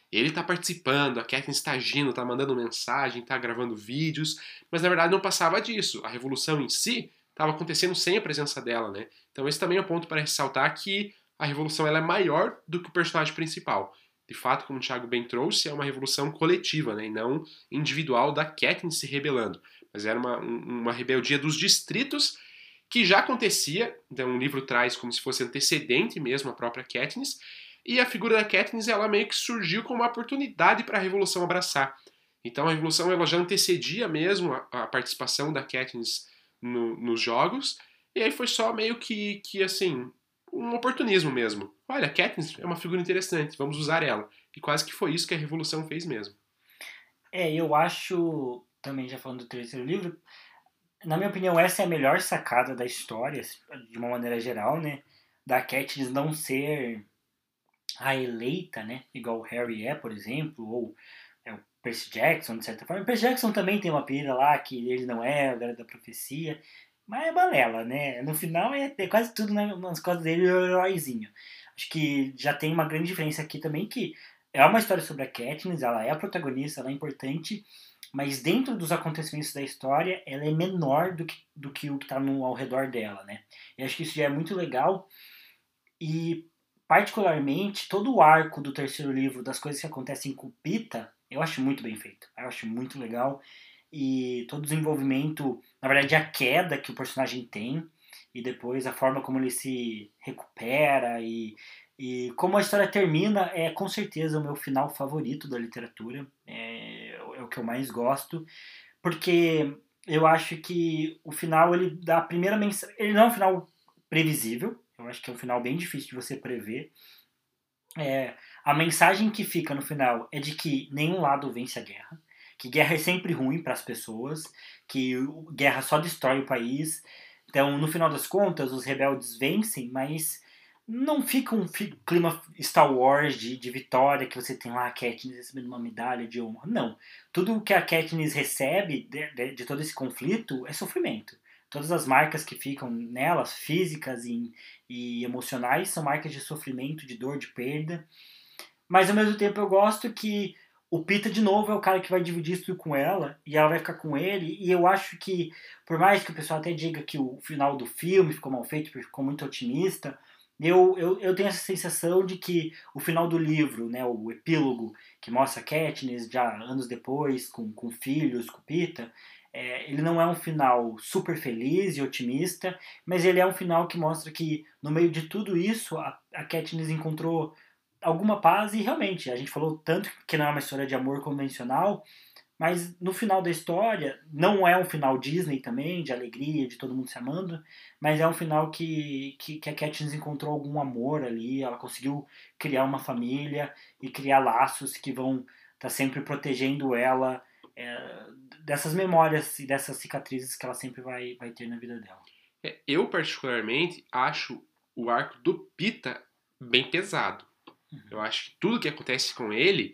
Ele tá participando, a Katniss tá agindo, tá mandando mensagem, tá gravando vídeos, mas na verdade não passava disso. A revolução em si estava acontecendo sem a presença dela, né? Então esse também é um ponto para ressaltar que a revolução ela é maior do que o personagem principal. De fato, como o Thiago bem trouxe, é uma revolução coletiva, né? E não individual da Katniss se rebelando. Mas era uma rebeldia dos distritos que já acontecia, então o livro traz como se fosse antecedente mesmo à própria Katniss, e a figura da Katniss ela meio que surgiu como uma oportunidade para a Revolução abraçar. Então a Revolução ela já antecedia mesmo a participação da Katniss nos jogos, e aí foi só meio que assim, um oportunismo mesmo. Olha, a Katniss é uma figura interessante, vamos usar ela. E quase que foi isso que a Revolução fez mesmo. Eu acho, também já falando do terceiro livro, na minha opinião, essa é a melhor sacada da história, de uma maneira geral, né? Da Katniss não ser a eleita, né? Igual o Harry é, por exemplo, ou o Percy Jackson, de certa forma. O Percy Jackson também tem uma pira lá que ele não é o garoto da profecia, mas é balela, né? No final é quase tudo nas costas dele o heróizinho. Acho que já tem uma grande diferença aqui também, que é uma história sobre a Katniss, ela é a protagonista, ela é importante, mas dentro dos acontecimentos da história, ela é menor do que o que está ao redor dela, né? E acho que isso já é muito legal. E, particularmente, todo o arco do terceiro livro, das coisas que acontecem com o Pita, eu acho muito bem feito. Eu acho muito legal. E todo o desenvolvimento, na verdade, a queda que o personagem tem, e depois a forma como ele se recupera, e como a história termina, é com certeza o meu final favorito da literatura. É o que eu mais gosto. Porque eu acho que o final, ele dá a primeira mensagem. Ele não é um final previsível. Eu acho que é um final bem difícil de você prever. A mensagem que fica no final é de que nenhum lado vence a guerra. Que guerra é sempre ruim para as pessoas. Que guerra só destrói o país. Então, no final das contas, os rebeldes vencem, mas não fica um clima Star Wars de vitória, que você tem lá a Katniss recebendo uma medalha de honra. Não. Tudo que a Katniss recebe de todo esse conflito é sofrimento. Todas as marcas que ficam nelas, físicas e emocionais, são marcas de sofrimento, de dor, de perda. Mas ao mesmo tempo eu gosto que o Pita de novo é o cara que vai dividir isso com ela e ela vai ficar com ele. E eu acho que, por mais que o pessoal até diga que o final do filme ficou mal feito, porque ficou muito otimista, eu tenho essa sensação de que o final do livro, né, o epílogo que mostra Katniss já anos depois, com filhos, com Pita, ele não é um final super feliz e otimista, mas ele é um final que mostra que no meio de tudo isso a Katniss encontrou alguma paz e realmente, a gente falou tanto que não é uma história de amor convencional, mas no final da história, não é um final Disney também, de alegria, de todo mundo se amando, mas é um final que a Katniss encontrou algum amor ali, ela conseguiu criar uma família e criar laços que vão estar sempre protegendo ela dessas memórias e dessas cicatrizes que ela sempre vai ter na vida dela. Eu, particularmente, acho o arco do Pita bem pesado. Eu acho que tudo que acontece com ele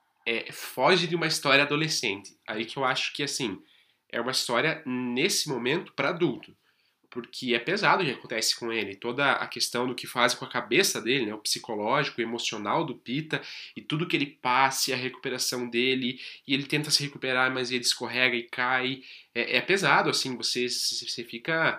foge de uma história adolescente. Aí que eu acho que, assim, é uma história, nesse momento, para adulto. Porque é pesado o que acontece com ele. Toda a questão do que faz com a cabeça dele, né? O psicológico, o emocional do Pita, e tudo que ele passa, e a recuperação dele, e ele tenta se recuperar, mas ele escorrega e cai. É pesado, assim, você fica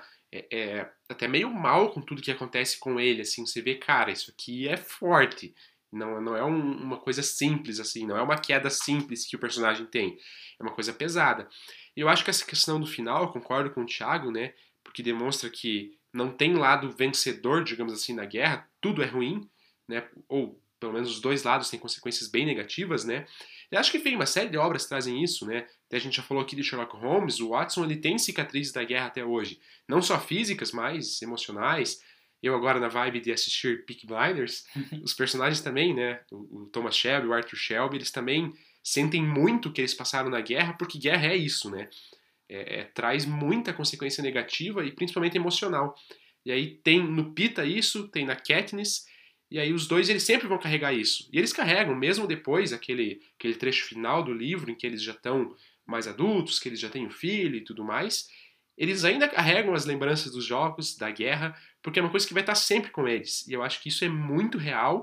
até meio mal com tudo que acontece com ele, assim, você vê, cara, isso aqui é forte. Não é uma coisa simples, assim, não é uma queda simples que o personagem tem. É uma coisa pesada. E eu acho que essa questão do final, eu concordo com o Thiago, né? Porque demonstra que não tem lado vencedor, digamos assim, na guerra, tudo é ruim, né? Ou pelo menos os dois lados têm consequências bem negativas, né? Eu acho que, enfim, uma série de obras trazem isso, né? Até a gente já falou aqui de Sherlock Holmes, o Watson ele tem cicatrizes da guerra até hoje. Não só físicas, mas emocionais. Eu agora na vibe de assistir Peaky Blinders, os personagens também, né? O Thomas Shelby, o Arthur Shelby, eles também sentem muito o que eles passaram na guerra, porque guerra é isso, né? Traz muita consequência negativa e principalmente emocional. E aí tem no Pita isso, tem na Katniss, e aí os dois eles sempre vão carregar isso. E eles carregam, mesmo depois, aquele trecho final do livro, em que eles já estão mais adultos, que eles já têm um filho e tudo mais, eles ainda carregam as lembranças dos jogos, da guerra, porque é uma coisa que vai estar sempre com eles. E eu acho que isso é muito real,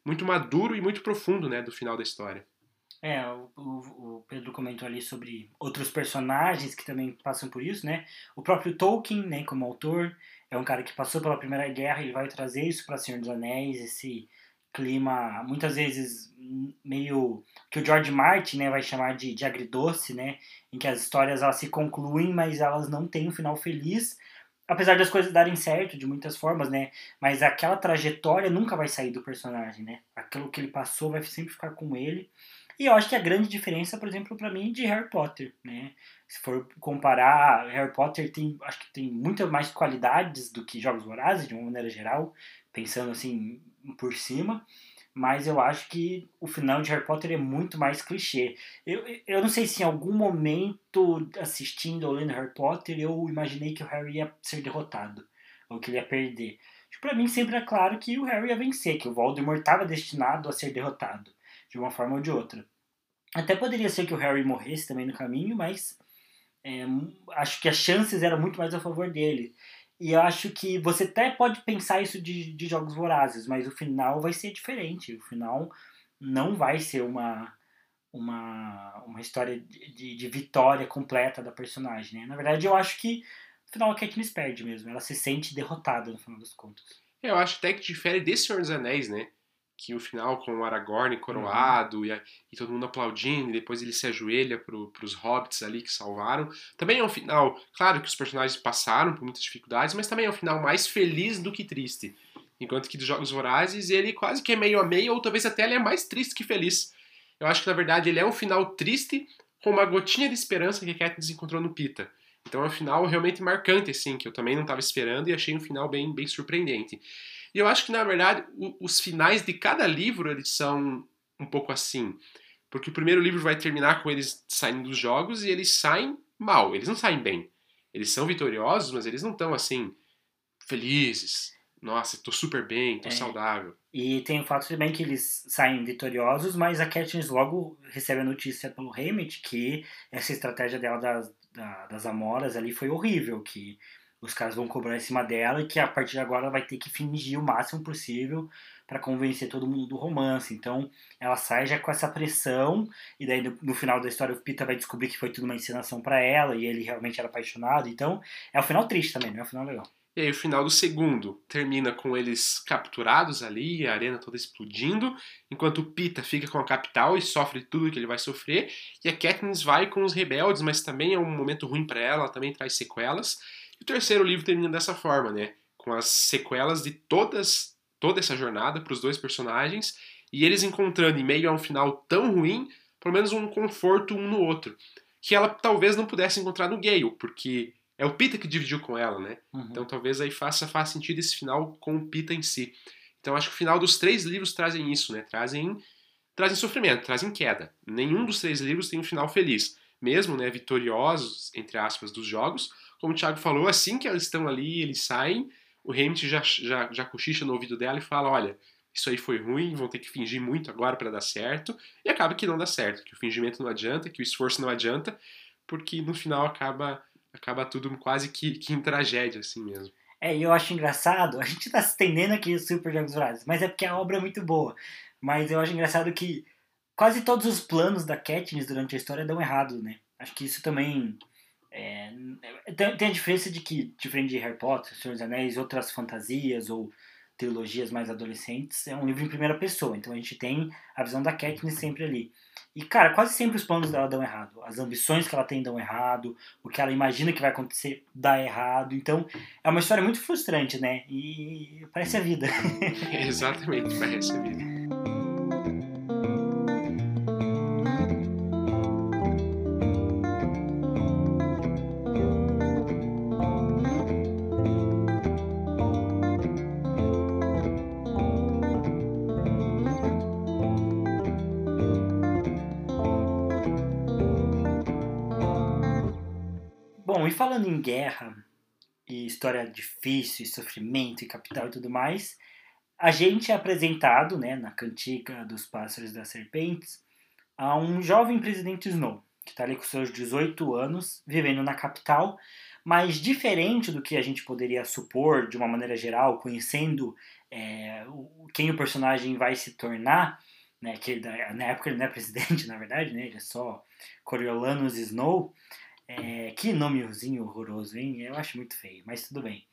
muito maduro e muito profundo, né, do final da história. O Pedro comentou ali sobre outros personagens que também passam por isso, né? O próprio Tolkien, né, como autor, é um cara que passou pela Primeira Guerra, ele vai trazer isso para Senhor dos Anéis, esse clima, muitas vezes meio que o George Martin, né, vai chamar de agridoce, né, em que as histórias elas se concluem, mas elas não têm um final feliz, apesar das coisas darem certo de muitas formas, né, mas aquela trajetória nunca vai sair do personagem, né, aquilo que ele passou vai sempre ficar com ele. E eu acho que a grande diferença, por exemplo, para mim, de Harry Potter, né? Se for comparar, Harry Potter acho que tem muitas mais qualidades do que Jogos Vorazes, de uma maneira geral, pensando assim por cima, mas eu acho que o final de Harry Potter é muito mais clichê. Eu não sei se em algum momento, assistindo ou lendo Harry Potter, eu imaginei que o Harry ia ser derrotado, ou que ele ia perder. Para mim sempre é claro que o Harry ia vencer, que o Voldemort estava destinado a ser derrotado, de uma forma ou de outra. Até poderia ser que o Harry morresse também no caminho, mas acho que as chances eram muito mais a favor dele. E eu acho que você até pode pensar isso de Jogos Vorazes, mas o final vai ser diferente. O final não vai ser uma história de vitória completa da personagem, né? Na verdade, eu acho que no final a Katniss perde mesmo. Ela se sente derrotada no final das contas. Eu acho até que difere desse Senhor dos Anéis, né? Que o final com o Aragorn coroado e todo mundo aplaudindo, e depois ele se ajoelha pros hobbits ali que salvaram. Também é um final, claro que os personagens passaram por muitas dificuldades, mas também é um final mais feliz do que triste. Enquanto que dos Jogos Vorazes ele quase que é meio a meio, ou talvez até ele é mais triste que feliz. Eu acho que na verdade ele é um final triste com uma gotinha de esperança que a Katniss encontrou no Pita. Então é um final realmente marcante, assim, que eu também não estava esperando e achei um final bem, bem surpreendente. E eu acho que, na verdade, os finais de cada livro, eles são um pouco assim. Porque o primeiro livro vai terminar com eles saindo dos jogos e eles saem mal, eles não saem bem. Eles são vitoriosos, mas eles não estão, assim, felizes. Nossa, tô super bem, tô saudável. E tem o fato também que eles saem vitoriosos, mas a Katniss logo recebe a notícia pelo Haymitch que essa estratégia dela das Amoras ali foi horrível, que os caras vão cobrar em cima dela e que a partir de agora ela vai ter que fingir o máximo possível para convencer todo mundo do romance. Então ela sai já com essa pressão e daí no final da história o Pita vai descobrir que foi tudo uma encenação para ela e ele realmente era apaixonado. Então é um final triste também, não é um final legal. E aí o final do segundo termina com eles capturados ali, a arena toda explodindo, enquanto o Pita fica com a capital e sofre tudo que ele vai sofrer, e a Katniss vai com os rebeldes, mas também é um momento ruim para ela também traz sequelas. E o terceiro livro termina dessa forma, né? Com as sequelas de toda essa jornada para os dois personagens, e eles encontrando em meio a um final tão ruim, pelo menos um conforto um no outro, que ela talvez não pudesse encontrar no Gale, porque é o Pita que dividiu com ela, né? Então talvez aí faça sentido esse final com o Pita em si. Então acho que o final dos 3 livros trazem isso, né? Trazem sofrimento, trazem queda. Nenhum dos 3 livros tem um final feliz. Mesmo, né, vitoriosos, entre aspas, dos jogos. Como o Thiago falou, assim que eles estão ali, eles saem, o Haymitch já cochicha no ouvido dela e fala, olha, isso aí foi ruim, vão ter que fingir muito agora para dar certo. E acaba que não dá certo, que o fingimento não adianta, que o esforço não adianta, porque no final acaba tudo quase que em tragédia, assim mesmo. E eu acho engraçado, a gente tá se estendendo aqui os Super Jogos Vorazes, mas é porque a obra é muito boa. Mas eu acho engraçado que quase todos os planos da Katniss durante a história dão errado, né? Acho que isso também tem a diferença de que, diferente de Harry Potter, Senhor dos Anéis, outras fantasias ou trilogias mais adolescentes, é um livro em primeira pessoa. Então a gente tem a visão da Katniss sempre ali. E, cara, quase sempre os planos dela dão errado. As ambições que ela tem dão errado. O que ela imagina que vai acontecer dá errado. Então, é uma história muito frustrante, né? E parece a vida. Exatamente, parece a vida. Bom, e falando em guerra, e história difícil, e sofrimento, e capital e tudo mais, a gente é apresentado, né, na Cantiga dos Pássaros e das Serpentes, a um jovem presidente Snow, que está ali com seus 18 anos, vivendo na capital, mas diferente do que a gente poderia supor de uma maneira geral, conhecendo quem o personagem vai se tornar, né, que na época ele não é presidente, na verdade, né, ele é só Coriolanus Snow. Que nomezinho horroroso, hein? Eu acho muito feio, mas tudo bem.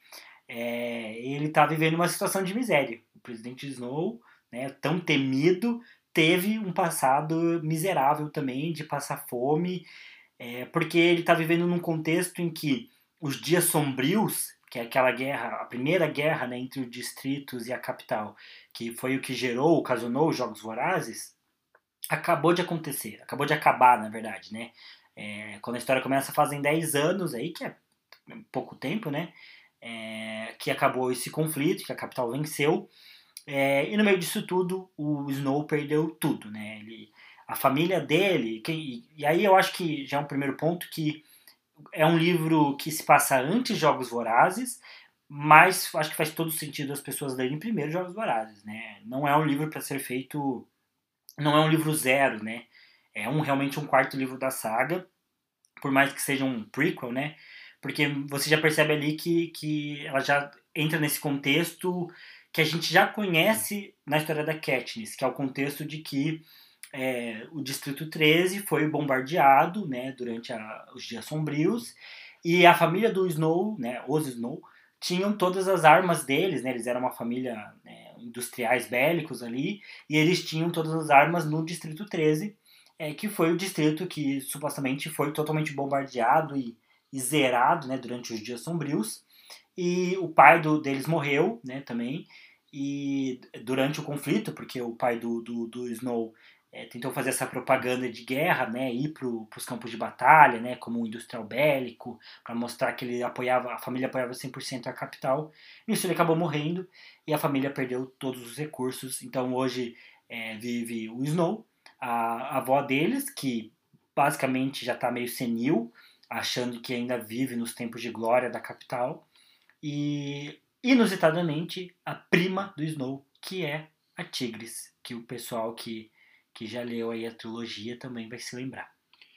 Ele tá vivendo uma situação de miséria. O presidente Snow, né, tão temido, teve um passado miserável também, de passar fome, porque ele tá vivendo num contexto em que os dias sombrios, que é aquela guerra, a primeira guerra, né, entre os distritos e a capital, que foi o que ocasionou os Jogos Vorazes, acabou de acontecer, acabou de acabar, na verdade, né? Quando a história começa, fazem 10 anos aí, que é pouco tempo, né? Que acabou esse conflito, que a capital venceu. E no meio disso tudo, o Snow perdeu tudo, né? A família dele... E aí eu acho que já é um primeiro ponto, que é um livro que se passa antes de Jogos Vorazes, mas acho que faz todo sentido as pessoas lerem primeiro Jogos Vorazes, né? Não é um livro para ser feito... Não é um livro zero, né? É realmente um quarto livro da saga, por mais que seja um prequel, né? Porque você já percebe ali que ela já entra nesse contexto que a gente já conhece na história da Katniss, que é o contexto de que o Distrito 13 foi bombardeado, né, durante os dias sombrios, e a família do Snow, né, os Snow, tinham todas as armas deles, né, eles eram uma família, né, industriais bélicos ali, e eles tinham todas as armas no Distrito 13, que foi o distrito que supostamente foi totalmente bombardeado e zerado, né, durante os dias sombrios. E o pai deles morreu, né, também, e durante o conflito, porque o pai do Snow tentou fazer essa propaganda de guerra, né, ir para os campos de batalha, né, como um industrial bélico, para mostrar que a família apoiava 100% a capital. Nisso ele acabou morrendo e a família perdeu todos os recursos. Então hoje vive o Snow, a avó deles, que basicamente já está meio senil, achando que ainda vive nos tempos de glória da capital, e inusitadamente a prima do Snow, que é a Tigris, que o pessoal que já leu aí a trilogia também vai se lembrar.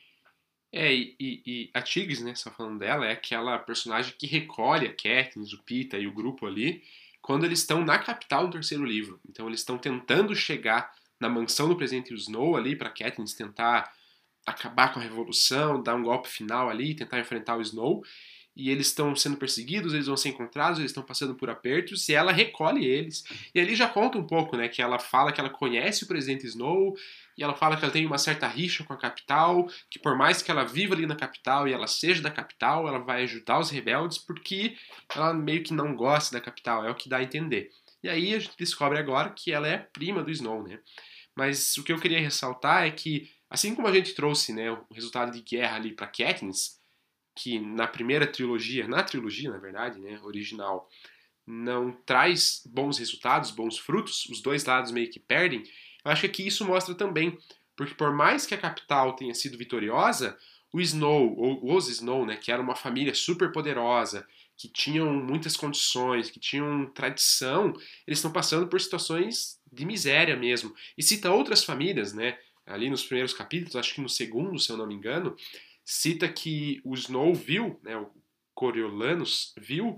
E a Tigris, né, só falando dela, é aquela personagem que recolhe a Katniss, o Pita e o grupo ali, quando eles estão na capital do terceiro livro. Então eles estão tentando chegar na mansão do presidente Snow ali, pra Katniss tentar acabar com a revolução, dar um golpe final ali, tentar enfrentar o Snow. E eles estão sendo perseguidos, eles vão ser encontrados, eles estão passando por apertos, e ela recolhe eles. E ali já conta um pouco, né, que ela fala que ela conhece o presidente Snow, e ela fala que ela tem uma certa rixa com a capital, que por mais que ela viva ali na capital e ela seja da capital, ela vai ajudar os rebeldes porque ela meio que não gosta da capital, é o que dá a entender. E aí a gente descobre agora que ela é prima do Snow, né? Mas o que eu queria ressaltar é que, assim como a gente trouxe, né, o resultado de guerra ali para Katniss, que na primeira trilogia, na verdade, né, original, não traz bons resultados, bons frutos, os dois lados meio que perdem, eu acho que aqui isso mostra também, porque por mais que a capital tenha sido vitoriosa, o Snow, ou os Snow, né, que era uma família super poderosa, que tinham muitas condições, que tinham tradição, eles estão passando por situações de miséria mesmo. E cita outras famílias, né, ali nos primeiros capítulos, acho que no segundo, se eu não me engano, cita que o Snow viu, né, o Coriolanus viu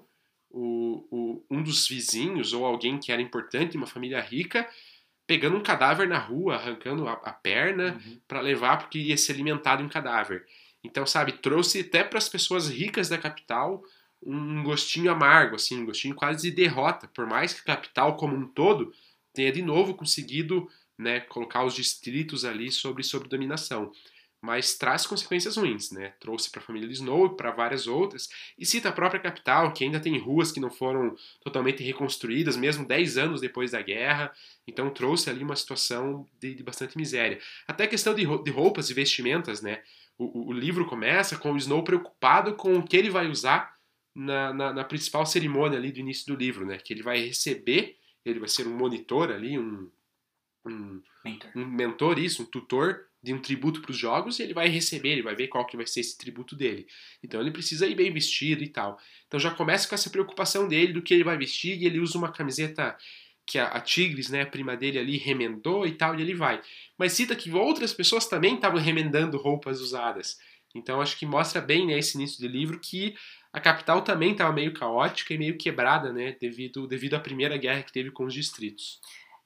um dos vizinhos ou alguém que era importante, uma família rica, pegando um cadáver na rua, arrancando a perna para levar porque ia ser alimentado em cadáver. Então, sabe, trouxe até para as pessoas ricas da capital um gostinho amargo, assim, um gostinho quase de derrota, por mais que a capital como um todo tenha de novo conseguido, né, colocar os distritos ali sob dominação. Mas traz consequências ruins, né? Trouxe para a família de Snow e para várias outras, e cita a própria capital, que ainda tem ruas que não foram totalmente reconstruídas, mesmo 10 anos depois da guerra, então trouxe ali uma situação de bastante miséria. Até a questão de roupas e vestimentas, né? O livro começa com o Snow preocupado com o que ele vai usar na principal cerimônia ali do início do livro, né? Que ele vai receber, ele vai ser um monitor ali, um mentor, isso, um tutor de um tributo para os jogos, e ele vai receber, ele vai ver qual que vai ser esse tributo dele. Então ele precisa ir bem vestido e tal. Então já começa com essa preocupação dele do que ele vai vestir, e ele usa uma camiseta que a Tigris, né, a prima dele ali, remendou e tal, e ele vai. Mas cita que outras pessoas também estavam remendando roupas usadas. Então acho que mostra bem, né, esse início de livro que a capital também estava meio caótica e meio quebrada, né, devido à primeira guerra que teve com os distritos.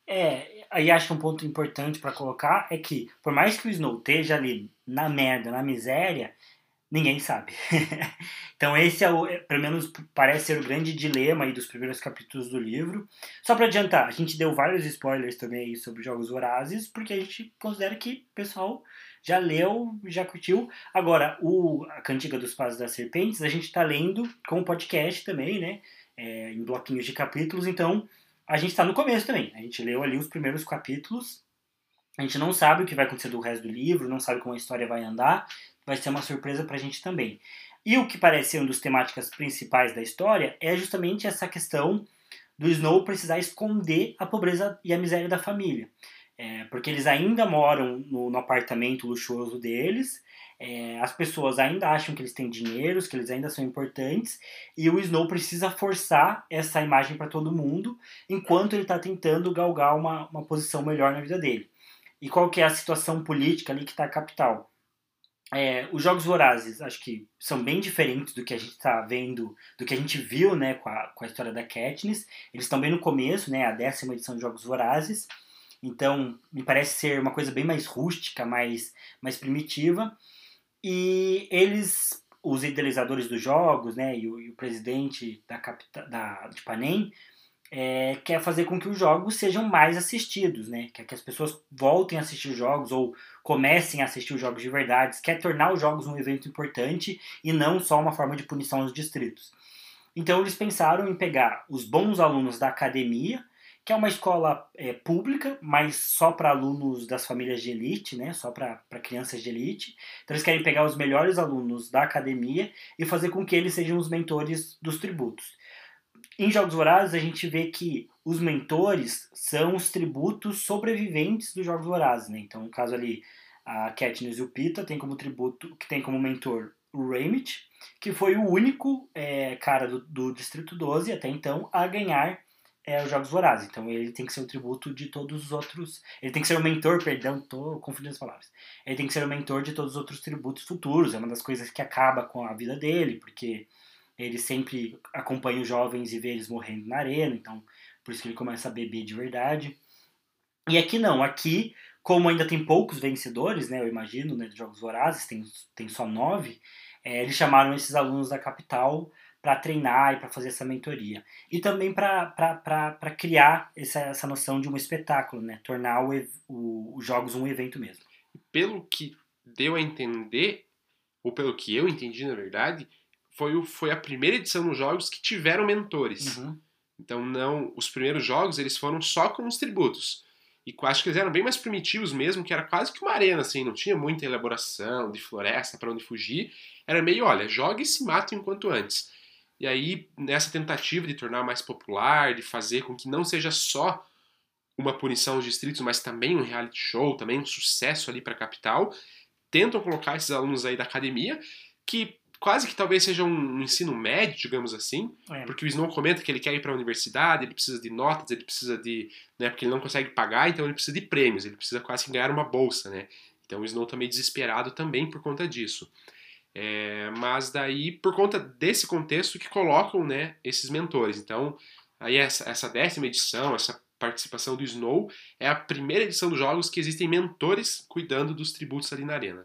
Aí acho que um ponto importante para colocar é que, por mais que o Snow esteja ali na merda, na miséria, ninguém sabe. Então esse pelo menos parece ser o grande dilema aí dos primeiros capítulos do livro. Só para adiantar, a gente deu vários spoilers também aí sobre Jogos Vorazes, porque a gente considera que o pessoal já leu, já curtiu. Agora, a Cantiga dos Passos das Serpentes, a gente está lendo com o podcast também, né? Em bloquinhos de capítulos, então a gente está no começo também. A gente leu ali os primeiros capítulos. A gente não sabe o que vai acontecer do resto do livro, não sabe como a história vai andar. Vai ser uma surpresa pra gente também. E o que parece ser uma das temáticas principais da história é justamente essa questão do Snow precisar esconder a pobreza e a miséria da família. Porque eles ainda moram no apartamento luxuoso deles, as pessoas ainda acham que eles têm dinheiro, que eles ainda são importantes, e o Snow precisa forçar essa imagem para todo mundo, enquanto ele está tentando galgar uma posição melhor na vida dele. E qual que é a situação política ali que está a capital? Os Jogos Vorazes, acho que são bem diferentes do que a gente está vendo, do que a gente viu, né, com a história da Katniss. Eles estão bem no começo, né, a 10ª edição de Jogos Vorazes. Então, me parece ser uma coisa bem mais rústica, mais primitiva. E eles, os idealizadores dos jogos, né, e o presidente de Panem, quer fazer com que os jogos sejam mais assistidos, né? Quer que as pessoas voltem a assistir os jogos ou comecem a assistir os jogos de verdade, quer tornar os jogos um evento importante e não só uma forma de punição aos distritos. Então eles pensaram em pegar os bons alunos da academia, que é uma escola pública, mas só para alunos das famílias de elite, né? Só para crianças de elite. Então eles querem pegar os melhores alunos da academia e fazer com que eles sejam os mentores dos tributos. Em Jogos Vorazes, a gente vê que os mentores são os tributos sobreviventes dos Jogos Vorazes, né? Então, no caso ali, a Katniss e o Peeta tem como tributo, que tem como mentor o Raymet, que foi o único cara do Distrito 12 até então a ganhar os Jogos Vorazes. Então, ele tem que ser o tributo de todos os outros... Ele tem que ser o mentor, perdão, tô confundindo as palavras. Ele tem que ser o mentor de todos os outros tributos futuros. É uma das coisas que acaba com a vida dele, porque... ele sempre acompanha os jovens e vê eles morrendo na arena, então por isso que ele começa a beber de verdade. E aqui não, aqui, como ainda tem poucos vencedores, né, eu imagino, né, de Jogos Vorazes, tem só 9, eles chamaram esses alunos da capital para treinar e para fazer essa mentoria. E também para criar essa noção de um espetáculo, né, tornar os jogos um evento mesmo. Pelo que deu a entender, ou pelo que eu entendi na verdade, foi a primeira edição dos jogos que tiveram mentores. Uhum. Então, não, os primeiros jogos eles foram só com os tributos. E acho que eles eram bem mais primitivos mesmo, que era quase que uma arena, assim, não tinha muita elaboração de floresta para onde fugir. Era meio, olha, joga e se mata enquanto antes. E aí, nessa tentativa de tornar mais popular, de fazer com que não seja só uma punição aos distritos, mas também um reality show, também um sucesso ali para a capital, tentam colocar esses alunos aí da academia, que quase que talvez seja um ensino médio, digamos assim, porque o Snow comenta que ele quer ir para a universidade, ele precisa de notas, ele precisa de... né, porque ele não consegue pagar, então ele precisa de prêmios, ele precisa quase que ganhar uma bolsa, né? Então o Snow tá meio desesperado também por conta disso. Mas daí, por conta desse contexto que colocam, né, esses mentores. Então, aí essa 10ª edição, essa participação do Snow, é a primeira edição dos jogos que existem mentores cuidando dos tributos ali na arena.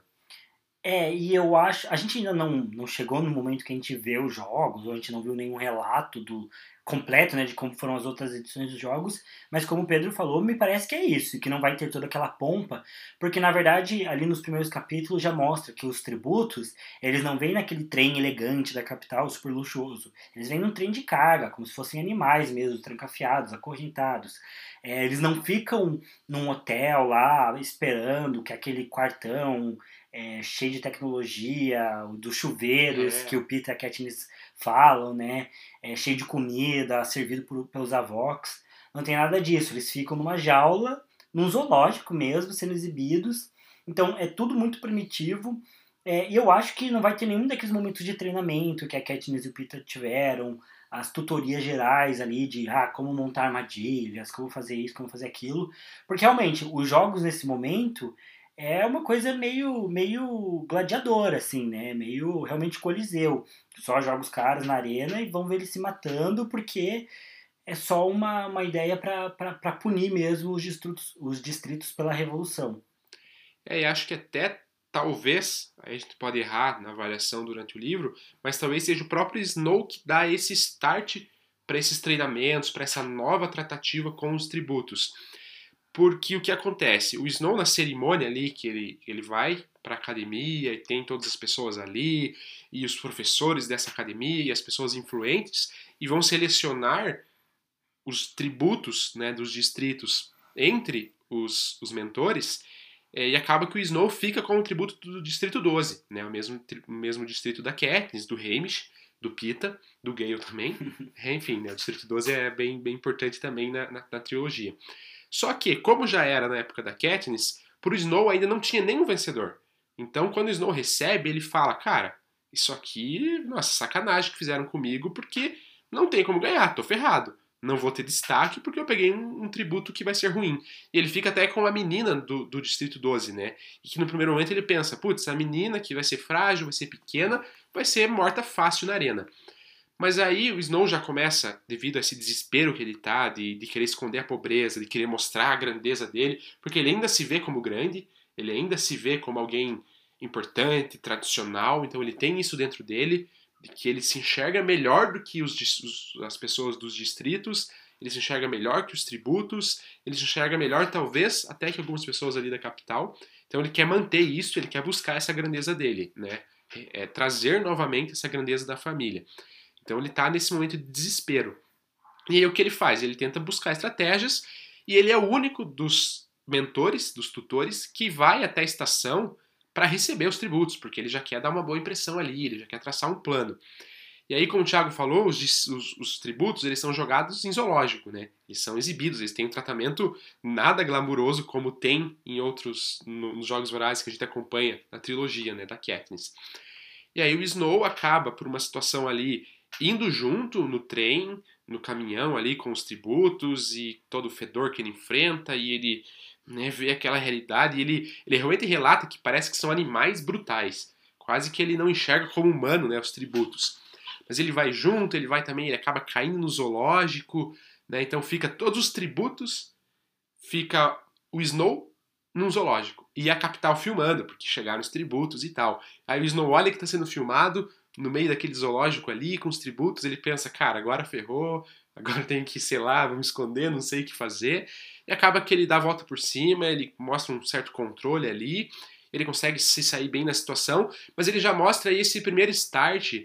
E eu acho... A gente ainda não chegou no momento que a gente vê os jogos, ou a gente não viu nenhum relato completo, né, de como foram as outras edições dos jogos, mas como o Pedro falou, me parece que é isso, que não vai ter toda aquela pompa, porque na verdade, ali nos primeiros capítulos já mostra que os tributos, eles não vêm naquele trem elegante da capital, super luxuoso, eles vêm num trem de carga, como se fossem animais mesmo, trancafiados, acorrentados. Eles não ficam num hotel lá, esperando que aquele quartão... cheio de tecnologia, dos chuveiros que o Peeta e a Katniss falam, né? Cheio de comida, servido pelos Avox. Não tem nada disso. Eles ficam numa jaula, num zoológico mesmo, sendo exibidos. Então é tudo muito primitivo. E eu acho que não vai ter nenhum daqueles momentos de treinamento que a Katniss e o Peeta tiveram, as tutorias gerais ali de como montar armadilhas, como fazer isso, como fazer aquilo. Porque realmente, os jogos nesse momento... é uma coisa meio gladiadora, assim, né? Meio realmente coliseu. Só joga os caras na arena e vão ver eles se matando porque é só uma ideia para punir mesmo os distritos pela revolução. E acho que até talvez, aí a gente pode errar na avaliação durante o livro, mas talvez seja o próprio Snow que dá esse start para esses treinamentos, para essa nova tratativa com os tributos. Porque o que acontece? O Snow na cerimônia ali, que ele vai para a academia e tem todas as pessoas ali, e os professores dessa academia, e as pessoas influentes, e vão selecionar os tributos, né, dos distritos entre os mentores, e acaba que o Snow fica com o tributo do Distrito 12, né, o mesmo distrito da Katniss, do Haymitch, do Pita, do Gale também. Enfim, né, o Distrito 12 é bem importante também na trilogia. Só que, como já era na época da Katniss, pro Snow ainda não tinha nenhum vencedor. Então, quando o Snow recebe, ele fala, cara, isso aqui, nossa, sacanagem que fizeram comigo, porque não tem como ganhar, tô ferrado. Não vou ter destaque porque eu peguei um tributo que vai ser ruim. E ele fica até com a menina do Distrito 12, né? E que no primeiro momento ele pensa, putz, a menina que vai ser frágil, vai ser pequena, vai ser morta fácil na arena. Mas aí o Snow já começa, devido a esse desespero que ele tá, de querer esconder a pobreza, de querer mostrar a grandeza dele, porque ele ainda se vê como grande, ele ainda se vê como alguém importante, tradicional, então ele tem isso dentro dele, de que ele se enxerga melhor do que as pessoas dos distritos, ele se enxerga melhor que os tributos, ele se enxerga melhor talvez até que algumas pessoas ali da capital, então ele quer manter isso, ele quer buscar essa grandeza dele, né? Trazer novamente essa grandeza da família. Então ele está nesse momento de desespero. E aí o que ele faz? Ele tenta buscar estratégias e ele é o único dos mentores, dos tutores, que vai até a estação para receber os tributos, porque ele já quer dar uma boa impressão ali, ele já quer traçar um plano. E aí, como o Thiago falou, os tributos eles são jogados em zoológico, né? Eles são exibidos, eles têm um tratamento nada glamuroso como tem em outros, nos Jogos Vorazes que a gente acompanha na trilogia, né, da Katniss. E aí o Snow acaba, por uma situação ali, indo junto no trem, no caminhão ali com os tributos e todo o fedor que ele enfrenta, e ele, né, vê aquela realidade, e ele realmente relata que parece que são animais brutais. Quase que ele não enxerga como humano, né, os tributos. Mas ele vai junto, ele vai também, ele acaba caindo no zoológico, né, então fica todos os tributos, fica o Snow num zoológico. E a capital filmando, porque chegaram os tributos e tal. Aí o Snow olha que está sendo filmado no meio daquele zoológico ali, com os tributos, ele pensa, cara, agora ferrou, agora tenho que, sei lá, vou me esconder, não sei o que fazer. E acaba que ele dá a volta por cima, ele mostra um certo controle ali, ele consegue se sair bem na situação, mas ele já mostra aí esse primeiro start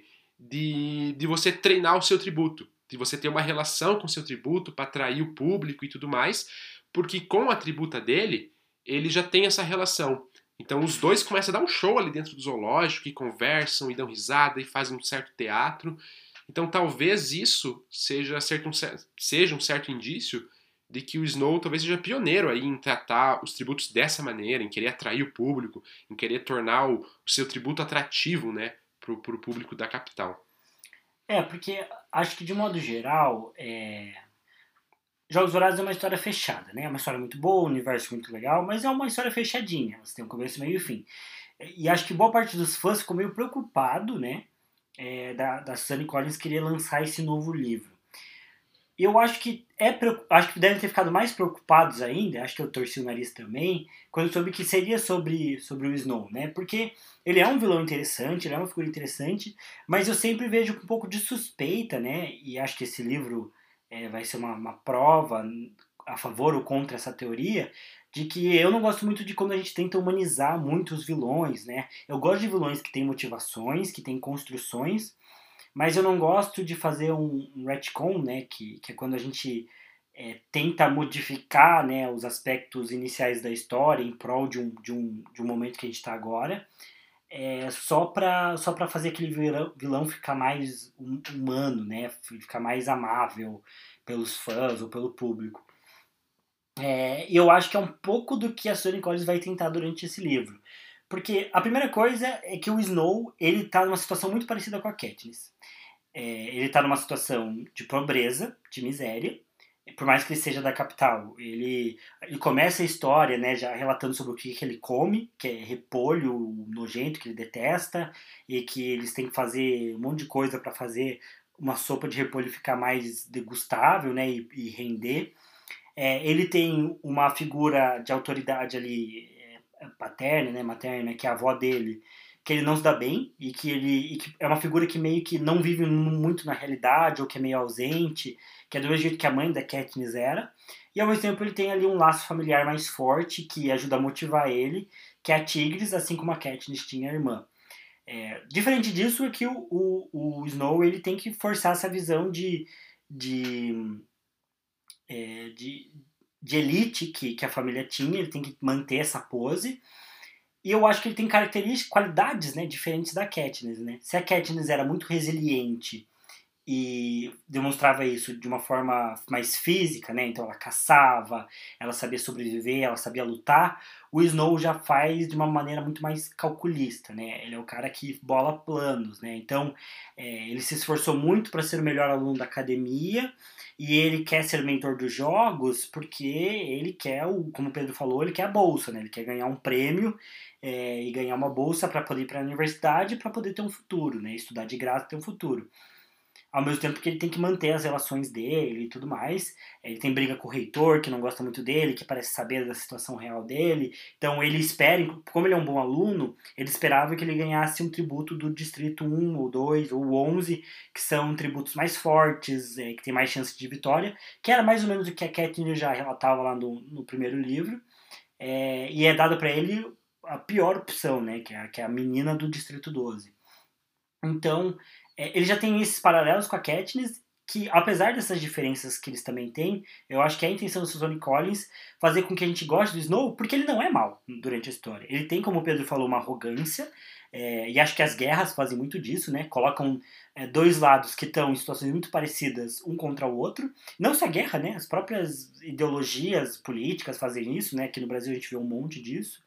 de você treinar o seu tributo, de você ter uma relação com o seu tributo para atrair o público e tudo mais, porque com a tributa dele, ele já tem essa relação. Então os dois começam a dar um show ali dentro do zoológico, e conversam, e dão risada, e fazem um certo teatro. Então talvez isso seja um certo indício de que o Snow talvez seja pioneiro aí em tratar os tributos dessa maneira, em querer atrair o público, em querer tornar o seu tributo atrativo, né, pro público da capital. Porque acho que de modo geral, Jogos Vorazes é uma história fechada, né? É uma história muito boa, um universo muito legal, mas é uma história fechadinha. Você tem um começo, meio e fim. E acho que boa parte dos fãs ficou meio preocupado, né? Da Suzanne Collins querer lançar esse novo livro. Eu acho que devem ter ficado mais preocupados ainda, acho que eu torci o nariz também, quando soube que seria sobre o Snow, né? Porque ele é um vilão interessante, ele é uma figura interessante, mas eu sempre vejo com um pouco de suspeita, né? E acho que esse livro vai ser uma prova a favor ou contra essa teoria, de que eu não gosto muito de quando a gente tenta humanizar muito os vilões, né? Eu gosto de vilões que têm motivações, que têm construções, mas eu não gosto de fazer um retcon, né, que é quando a gente tenta modificar, né, os aspectos iniciais da história em prol de um momento que a gente está agora, só para fazer aquele vilão ficar mais humano, né, ficar mais amável pelos fãs ou pelo público. E eu acho que é um pouco do que a Suzanne Collins vai tentar durante esse livro. Porque a primeira coisa é que o Snow, ele tá numa situação muito parecida com a Katniss. Ele tá numa situação de pobreza, de miséria, por mais que ele seja da capital, ele começa a história, né, já relatando sobre o que ele come, que é repolho nojento, que ele detesta, e que eles têm que fazer um monte de coisa para fazer uma sopa de repolho ficar mais degustável, né, e render. Ele tem uma figura de autoridade ali, paterna, né, materna, que é a avó dele, que ele não se dá bem e que é uma figura que meio que não vive muito na realidade ou que é meio ausente, que é do mesmo jeito que a mãe da Katniss era. E ao mesmo tempo ele tem ali um laço familiar mais forte que ajuda a motivar ele, que é a Tigris, assim como a Katniss tinha a irmã. Diferente disso é que o Snow ele tem que forçar essa visão de, é, de, de elite que a família tinha, ele tem que manter essa pose. E eu acho que ele tem características, qualidades, né, diferentes da Katniss, né? Se a Katniss era muito resiliente e demonstrava isso de uma forma mais física, né? Então ela caçava, ela sabia sobreviver, ela sabia lutar. O Snow já faz de uma maneira muito mais calculista, né? Ele é o cara que bola planos, né? Então ele se esforçou muito para ser o melhor aluno da academia e ele quer ser mentor dos jogos porque ele quer, como o Pedro falou, ele quer a bolsa, né? Ele quer ganhar um prêmio e ganhar uma bolsa para poder ir para a universidade para poder ter um futuro, né? Estudar de graça e ter um futuro. Ao mesmo tempo que ele tem que manter as relações dele e tudo mais. Ele tem briga com o reitor, que não gosta muito dele, que parece saber da situação real dele. Então ele espera, como ele é um bom aluno, ele esperava que ele ganhasse um tributo do distrito 1, ou 2, ou 11, que são tributos mais fortes, que tem mais chance de vitória, que era mais ou menos o que a Katniss já relatava lá no primeiro livro. E é dado para ele a pior opção, né, que é a menina do distrito 12. Então, ele já tem esses paralelos com a Katniss, que apesar dessas diferenças que eles também têm, eu acho que é a intenção do Suzanne Collins fazer com que a gente goste do Snow, porque ele não é mal durante a história. Ele tem, como o Pedro falou, uma arrogância, e acho que as guerras fazem muito disso, né? Colocam dois lados que estão em situações muito parecidas um contra o outro. Não só a guerra, né? As próprias ideologias políticas fazem isso, né? Aqui no Brasil a gente vê um monte disso.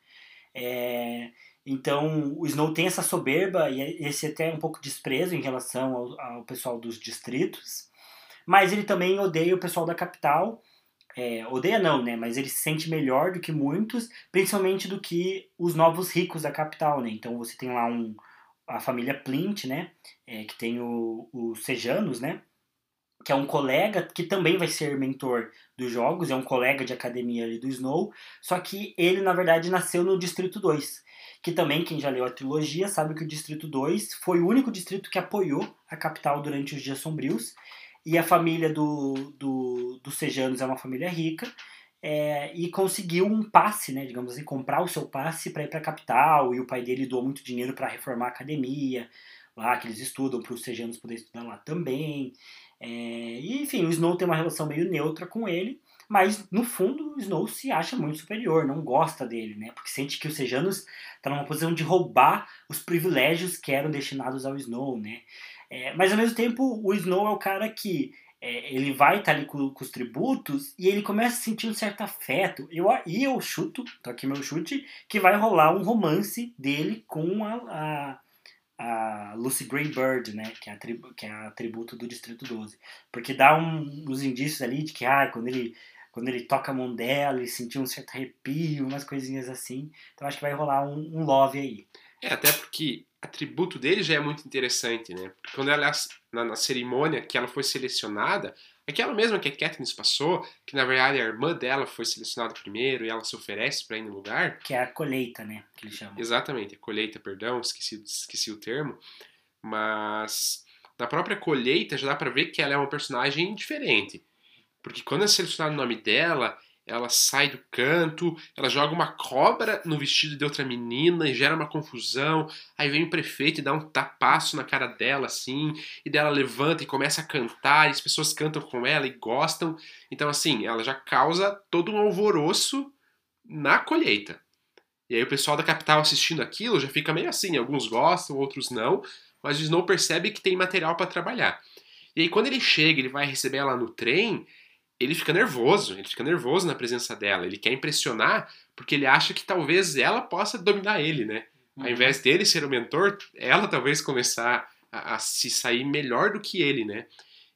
Então o Snow tem essa soberba e esse até um pouco desprezo em relação ao pessoal dos distritos, mas ele também odeia o pessoal da capital. Odeia não, né? Mas ele se sente melhor do que muitos, principalmente do que os novos ricos da capital, né? Então você tem lá a família Plint, né? Que tem os Sejanos, né? Que é um colega que também vai ser mentor dos jogos, é um colega de academia ali do Snow, só que ele, na verdade, nasceu no Distrito 2, que também, quem já leu a trilogia, sabe que o Distrito 2 foi o único distrito que apoiou a capital durante os Dias Sombrios, e a família dos Sejanos é uma família rica, e conseguiu um passe, né, digamos assim, comprar o seu passe para ir para a capital, e o pai dele doou muito dinheiro para reformar a academia, lá que eles estudam, para os Sejanos poderem estudar lá também. E, enfim, o Snow tem uma relação meio neutra com ele, mas no fundo o Snow se acha muito superior, não gosta dele, né? Porque sente que os Sejanos estão numa posição de roubar os privilégios que eram destinados ao Snow, né? Mas ao mesmo tempo o Snow é o cara que ele vai estar ali com os tributos e ele começa a sentir um certo afeto. Eu chuto, tô aqui meu chute, que vai rolar um romance dele com a Lucy Greybird, né, que é a tributo do Distrito 12. Porque dá uns indícios ali de que quando ele toca a mão dela, ele sentiu um certo arrepio, umas coisinhas assim. Então acho que vai rolar um love aí. Até porque o atributo dele já é muito interessante, né? Porque quando ela, na cerimônia que ela foi selecionada, aquela mesma que a Katniss passou, que na verdade a irmã dela foi selecionada primeiro e ela se oferece para ir no lugar. Que é a colheita, né? Que eles chamam. Exatamente, a colheita, perdão, esqueci o termo. Mas na própria colheita já dá pra ver que ela é uma personagem diferente. Porque quando é selecionado o nome dela, ela sai do canto, ela joga uma cobra no vestido de outra menina e gera uma confusão. Aí vem o prefeito e dá um tapaço na cara dela, assim, e dela levanta e começa a cantar, e as pessoas cantam com ela e gostam. Então, assim, ela já causa todo um alvoroço na colheita. E aí o pessoal da capital assistindo aquilo já fica meio assim, alguns gostam, outros não, mas o Snow percebe que tem material para trabalhar. E aí quando ele chega, ele vai receber ela no trem, ele fica nervoso na presença dela, ele quer impressionar porque ele acha que talvez ela possa dominar ele, né? Ao invés dele ser o mentor, ela talvez começar a se sair melhor do que ele, né?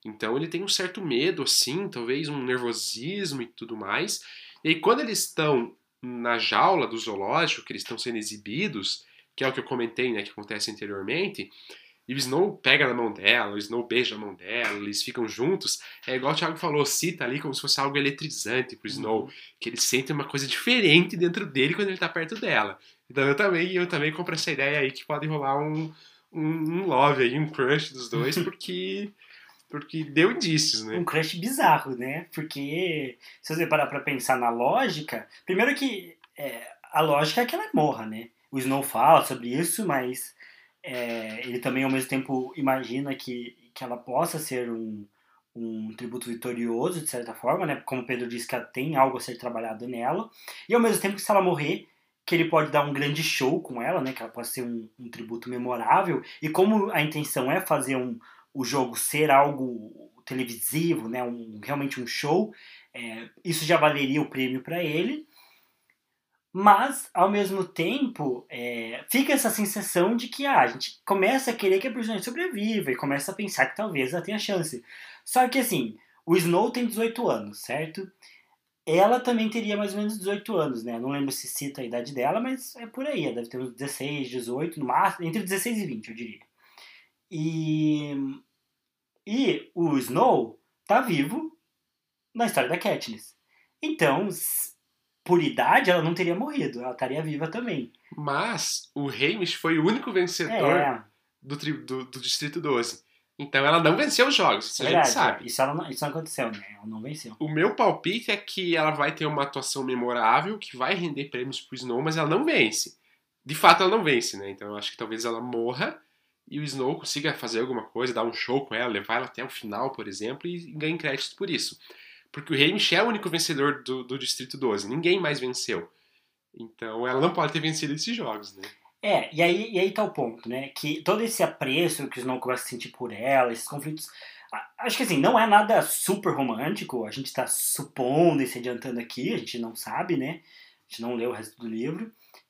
Então ele tem um certo medo, assim, talvez um nervosismo e tudo mais. E aí quando eles estão na jaula do zoológico, que eles estão sendo exibidos, que é o que eu comentei, né, que acontece anteriormente, e o Snow pega na mão dela, o Snow beija a mão dela, eles ficam juntos. É igual o Thiago falou, cita ali como se fosse algo eletrizante pro Snow, que ele sente uma coisa diferente dentro dele quando ele tá perto dela. Então eu também compro essa ideia aí que pode rolar um love aí, um crush dos dois, porque deu indícios, né? Um crush bizarro, né? Porque se você parar pra pensar na lógica, primeiro que a lógica é que ela morra, né? O Snow fala sobre isso, mas ele também ao mesmo tempo imagina que ela possa ser um tributo vitorioso, de certa forma, né? Como o Pedro disse, que ela tem algo a ser trabalhado nela. E ao mesmo tempo que se ela morrer, que ele pode dar um grande show com ela, né? Que ela pode ser um tributo memorável. E como a intenção é fazer o jogo ser algo televisivo, né? Realmente um show, isso já valeria o prêmio para ele. Mas, ao mesmo tempo, fica essa sensação de que a gente começa a querer que a personagem sobreviva e começa a pensar que talvez ela tenha chance. Só que, assim, o Snow tem 18 anos, certo? Ela também teria mais ou menos 18 anos, né? Não lembro se cita a idade dela, mas é por aí. Ela deve ter uns 16, 18, no máximo, entre 16 e 20, eu diria. E o Snow tá vivo na história da Katniss. Então, por idade, ela não teria morrido. Ela estaria viva também. Mas o Haymitch foi o único vencedor do Distrito 12. Então ela não venceu os jogos, isso a gente sabe. Isso não aconteceu, né? Ela não venceu. O meu palpite é que ela vai ter uma atuação memorável, que vai render prêmios pro Snow, mas ela não vence. De fato, ela não vence, né? Então eu acho que talvez ela morra e o Snow consiga fazer alguma coisa, dar um show com ela, levar ela até o final, por exemplo, e ganhe crédito por isso. Porque o Haymitch é o único vencedor do Distrito 12. Ninguém mais venceu. Então ela não pode ter vencido esses jogos, né? E aí tá o ponto, né? Que todo esse apreço que o Snow começa a sentir por ela, esses conflitos... Acho que assim, não é nada super romântico. A gente tá supondo e se adiantando aqui. A gente não sabe, né? A gente não leu o resto do livro.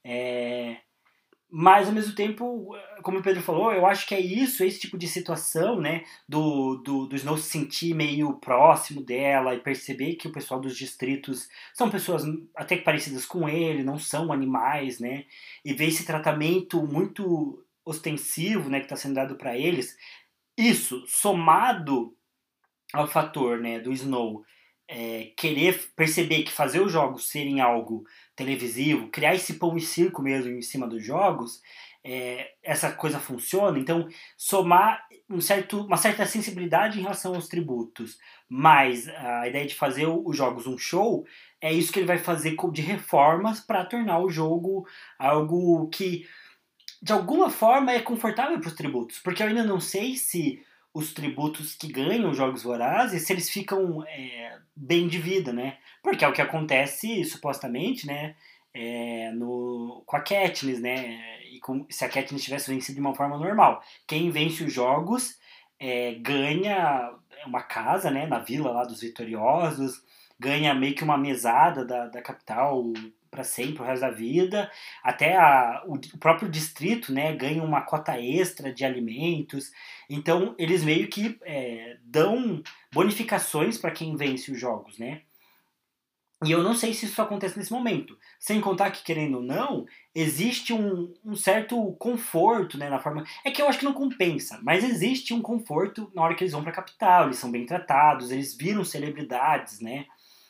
Mas, ao mesmo tempo, como o Pedro falou, eu acho que é isso, esse tipo de situação, né, do Snow se sentir meio próximo dela e perceber que o pessoal dos distritos são pessoas até que parecidas com ele, não são animais, né, e ver esse tratamento muito ostensivo, né, que está sendo dado para eles, isso, somado ao fator, né, do Snow querer perceber que fazer os jogos serem algo televisivo, criar esse pão e circo mesmo em cima dos jogos, essa coisa funciona. Então, somar uma certa sensibilidade em relação aos tributos, mas a ideia de fazer os jogos um show, é isso que ele vai fazer de reformas para tornar o jogo algo que, de alguma forma, é confortável para os tributos. Porque eu ainda não sei se os tributos que ganham os Jogos Vorazes, se eles ficam bem de vida, né? Porque é o que acontece, supostamente, né? Com a Katniss, né? E se a Katniss tivesse vencido de uma forma normal. Quem vence os jogos ganha uma casa, né? Na vila lá dos vitoriosos, ganha meio que uma mesada da capital para sempre, o resto da vida. Até o próprio distrito, né, ganha uma cota extra de alimentos. Então, eles meio que dão bonificações para quem vence os jogos, né? E eu não sei se isso acontece nesse momento. Sem contar que, querendo ou não, existe um certo conforto, né, na forma... É que eu acho que não compensa, mas existe um conforto na hora que eles vão para a capital. Eles são bem tratados, eles viram celebridades, né?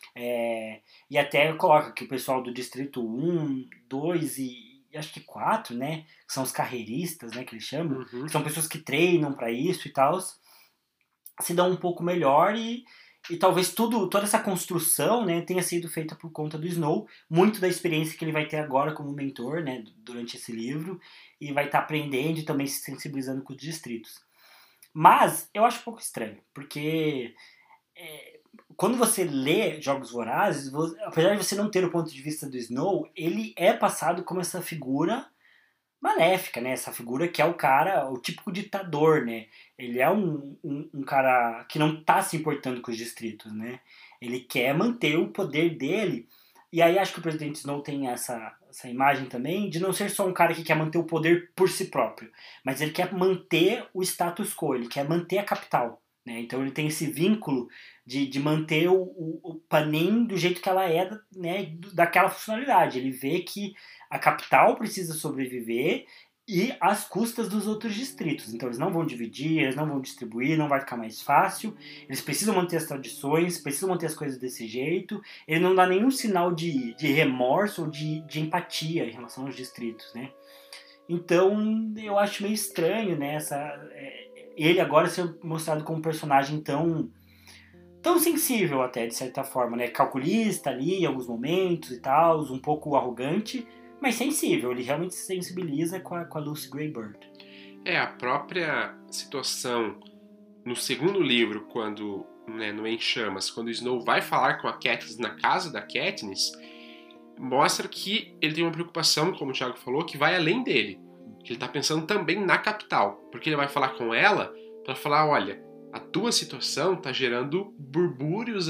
E até coloca que o pessoal do Distrito 1, 2 e acho que 4, né? Que são os carreiristas, né? Que eles chamam. Que são pessoas que treinam para isso e tal. Se dão um pouco melhor e talvez toda essa construção, né, tenha sido feita por conta do Snow. Muito da experiência que ele vai ter agora como mentor, né? Durante esse livro. E vai estar aprendendo e também se sensibilizando com os distritos. Mas eu acho um pouco estranho. Porque... quando você lê Jogos Vorazes, apesar de você não ter o ponto de vista do Snow, ele é passado como essa figura maléfica, né? Essa figura que é o cara, o típico ditador, né? Ele é um cara que não tá se importando com os distritos, né? Ele quer manter o poder dele. E aí acho que o presidente Snow tem essa imagem também de não ser só um cara que quer manter o poder por si próprio, mas ele quer manter o status quo, ele quer manter a capital, né? Então ele tem esse vínculo de manter o Panem do jeito que ela é, né, daquela funcionalidade. Ele vê que a capital precisa sobreviver e às custas dos outros distritos. Então eles não vão dividir, eles não vão distribuir, não vai ficar mais fácil. Eles precisam manter as tradições, precisam manter as coisas desse jeito. Ele não dá nenhum sinal de remorso ou de empatia em relação aos distritos, né? Então eu acho meio estranho, né, ele agora ser mostrado como um personagem tão sensível até, de certa forma, né? Calculista ali em alguns momentos e tal, um pouco arrogante, mas sensível. Ele realmente se sensibiliza com a Lucy Greybird. A própria situação no segundo livro, quando, né, no Em Chamas, quando o Snow vai falar com a Katniss na casa da Katniss, mostra que ele tem uma preocupação, como o Thiago falou, que vai além dele. Que ele está pensando também na capital, porque ele vai falar com ela para falar, olha, a tua situação está gerando burburinhos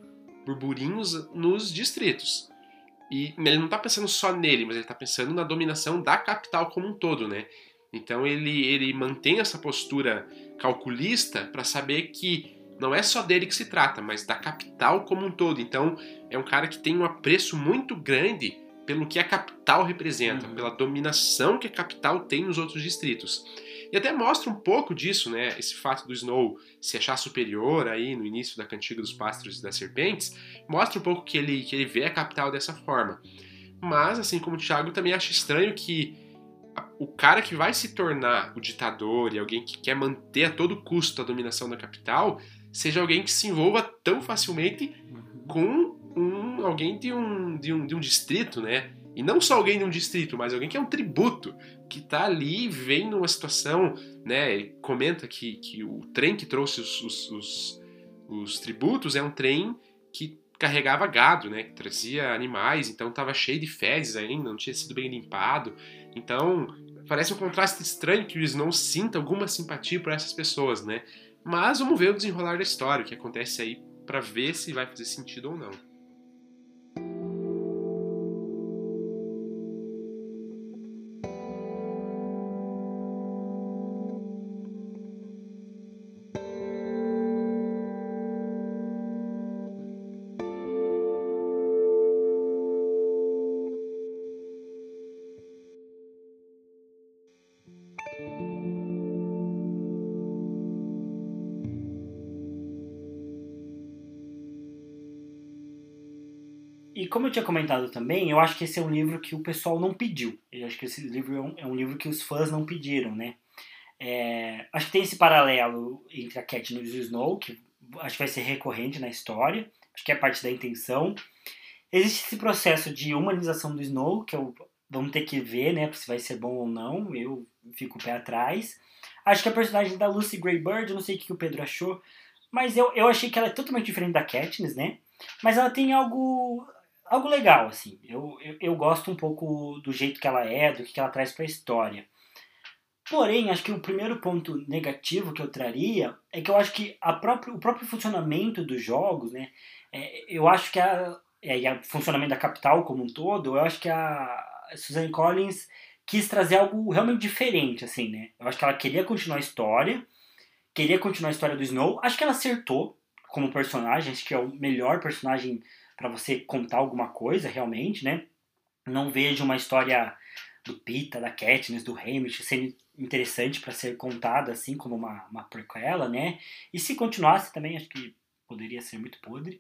nos distritos. E ele não está pensando só nele, mas ele está pensando na dominação da capital como um todo, né? Então ele mantém essa postura calculista para saber que não é só dele que se trata, mas da capital como um todo. Então é um cara que tem um apreço muito grande pelo que a capital representa, pela dominação que a capital tem nos outros distritos. E até mostra um pouco disso, né? Esse fato do Snow se achar superior aí no início da Cantiga dos Pássaros e das Serpentes, mostra um pouco que ele vê a capital dessa forma. Mas, assim como o Thiago, também acho estranho que o cara que vai se tornar o ditador e alguém que quer manter a todo custo a dominação da capital seja alguém que se envolva tão facilmente com alguém de um distrito, né? E não só alguém de um distrito, mas alguém que é um tributo, que tá ali vendo uma situação, né? Ele comenta que o trem que trouxe os tributos é um trem que carregava gado, né? Que trazia animais, então estava cheio de fezes ainda, não tinha sido bem limpado. Então parece um contraste estranho que o Snow sinta alguma simpatia por essas pessoas, né? Mas vamos ver o desenrolar da história, o que acontece aí, para ver se vai fazer sentido ou não. E como eu tinha comentado também, eu acho que esse é um livro que o pessoal não pediu. Eu acho que esse livro é um livro que os fãs não pediram, né? Acho que tem esse paralelo entre a Katniss e o Snow, que acho que vai ser recorrente na história. Acho que é parte da intenção. Existe esse processo de humanização do Snow, que vamos ter que ver, né, se vai ser bom ou não. Eu fico o pé atrás. Acho que a personagem da Lucy Greybird, eu não sei o que o Pedro achou, mas eu achei que ela é totalmente diferente da Katniss, né? Mas ela tem algo legal, assim. Eu gosto um pouco do jeito que ela é, do que ela traz pra história. Porém, acho que o primeiro ponto negativo que eu traria é que eu acho que o próprio funcionamento dos jogos, né? Eu acho que e o funcionamento da capital como um todo, eu acho que a Suzanne Collins quis trazer algo realmente diferente, assim, né? Eu acho que ela queria continuar a história do Snow. Acho que ela acertou como personagem, acho que é o melhor personagem para você contar alguma coisa, realmente, né? Não vejo uma história do Pita, da Katniss, do Haymitch sendo interessante para ser contada assim como uma prequela, né? E se continuasse também, acho que poderia ser muito podre.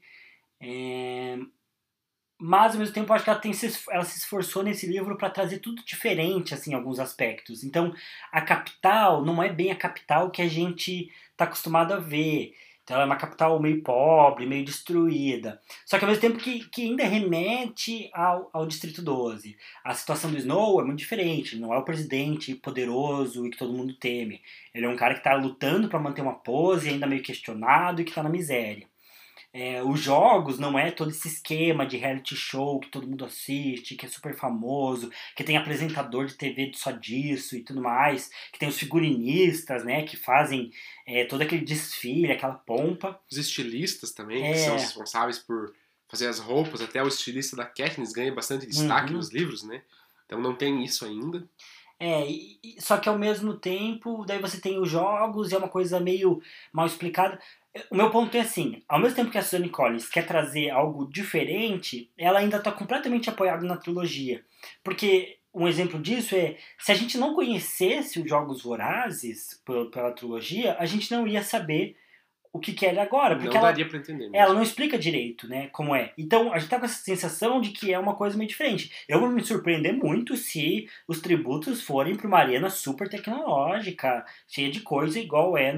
Mas ao mesmo tempo acho que ela se esforçou nesse livro para trazer tudo diferente assim, em alguns aspectos. Então a capital não é bem a capital que a gente está acostumado a ver. Então ela é uma capital meio pobre, meio destruída. Só que ao mesmo tempo que ainda remete ao Distrito 12. A situação do Snow é muito diferente. Ele não é o presidente poderoso e que todo mundo teme. Ele é um cara que está lutando para manter uma pose, ainda meio questionado e que está na miséria. Os jogos não é todo esse esquema de reality show que todo mundo assiste, que é super famoso, que tem apresentador de TV só disso e tudo mais, que tem os figurinistas, né, que fazem todo aquele desfile, aquela pompa. Os estilistas também, que são responsáveis por fazer as roupas, até o estilista da Katniss ganha bastante destaque nos livros, né? Então não tem isso ainda. Só que ao mesmo tempo, daí você tem os jogos e é uma coisa meio mal explicada. O meu ponto é assim, ao mesmo tempo que a Suzanne Collins quer trazer algo diferente, ela ainda está completamente apoiada na trilogia. Porque um exemplo disso é, se a gente não conhecesse os Jogos Vorazes pela trilogia, a gente não ia saber o que é ele agora, porque Não daria pra entender ela mesmo. não explica direito, né, como é. Então, a gente tá com essa sensação de que é uma coisa meio diferente. Eu vou me surpreender muito se os tributos forem pra uma arena super tecnológica, cheia de coisa, igual é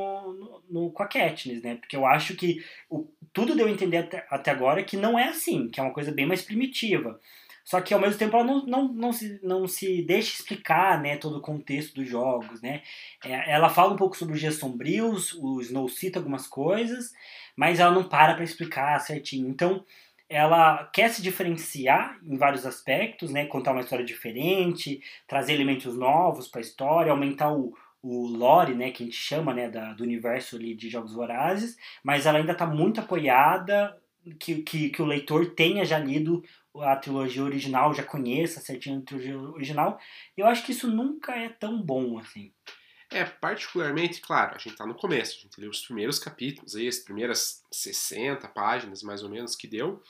com a Katniss, né? Porque eu acho que tudo deu a entender até agora que não é assim, que é uma coisa bem mais primitiva. Só que ao mesmo tempo ela não se deixa explicar, né, todo o contexto dos jogos, né? Ela fala um pouco sobre os dias sombrios, o Snow cita algumas coisas, mas ela não para explicar certinho. Então ela quer se diferenciar em vários aspectos, né? Contar uma história diferente, trazer elementos novos para a história, aumentar o lore, né, que a gente chama, né, do universo ali de Jogos Vorazes, mas ela ainda está muito apoiada que o leitor tenha já lido a trilogia original, já conheça certinho a trilogia original. Eu acho que isso nunca é tão bom assim. Particularmente, claro, a gente tá no começo, a gente leu os primeiros capítulos, aí, as primeiras 60 páginas, mais ou menos, que deu,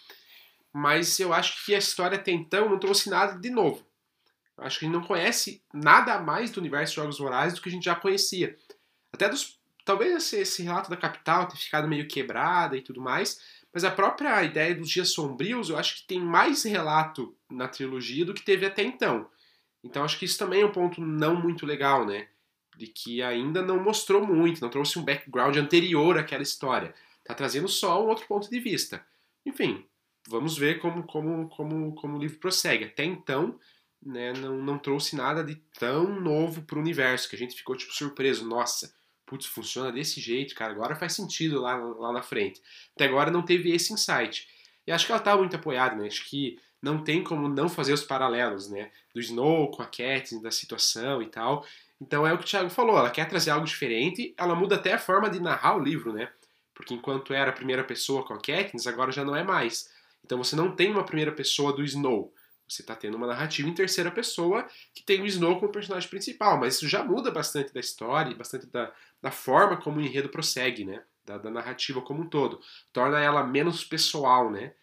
mas eu acho que a história até então não trouxe nada de novo. Eu acho que a gente não conhece nada a mais do universo de Jogos Vorazes do que a gente já conhecia. Até talvez esse relato da capital ter ficado meio quebrada e tudo mais, mas a própria ideia dos dias sombrios, eu acho que tem mais relato na trilogia do que teve até então. Então acho que isso também é um ponto não muito legal, né? De que ainda não mostrou muito, não trouxe um background anterior àquela história. Tá trazendo só um outro ponto de vista. Enfim, vamos ver como o livro prossegue. Até então, né, não trouxe nada de tão novo pro universo, que a gente ficou tipo surpreso. Nossa, putz, funciona desse jeito, cara, agora faz sentido lá na frente. Até agora não teve esse insight. E acho que ela tá muito apoiada, né? Acho que não tem como não fazer os paralelos, né? Do Snow com a Katniss, da situação e tal. Então é o que o Thiago falou, ela quer trazer algo diferente, ela muda até a forma de narrar o livro, né? Porque enquanto era a primeira pessoa com a Katniss, agora já não é mais. Então você não tem uma primeira pessoa do Snow. Você está tendo uma narrativa em terceira pessoa que tem o Snow como personagem principal, mas isso já muda bastante da história, bastante da forma como o enredo prossegue, né? Da narrativa como um todo. Torna ela menos pessoal, né?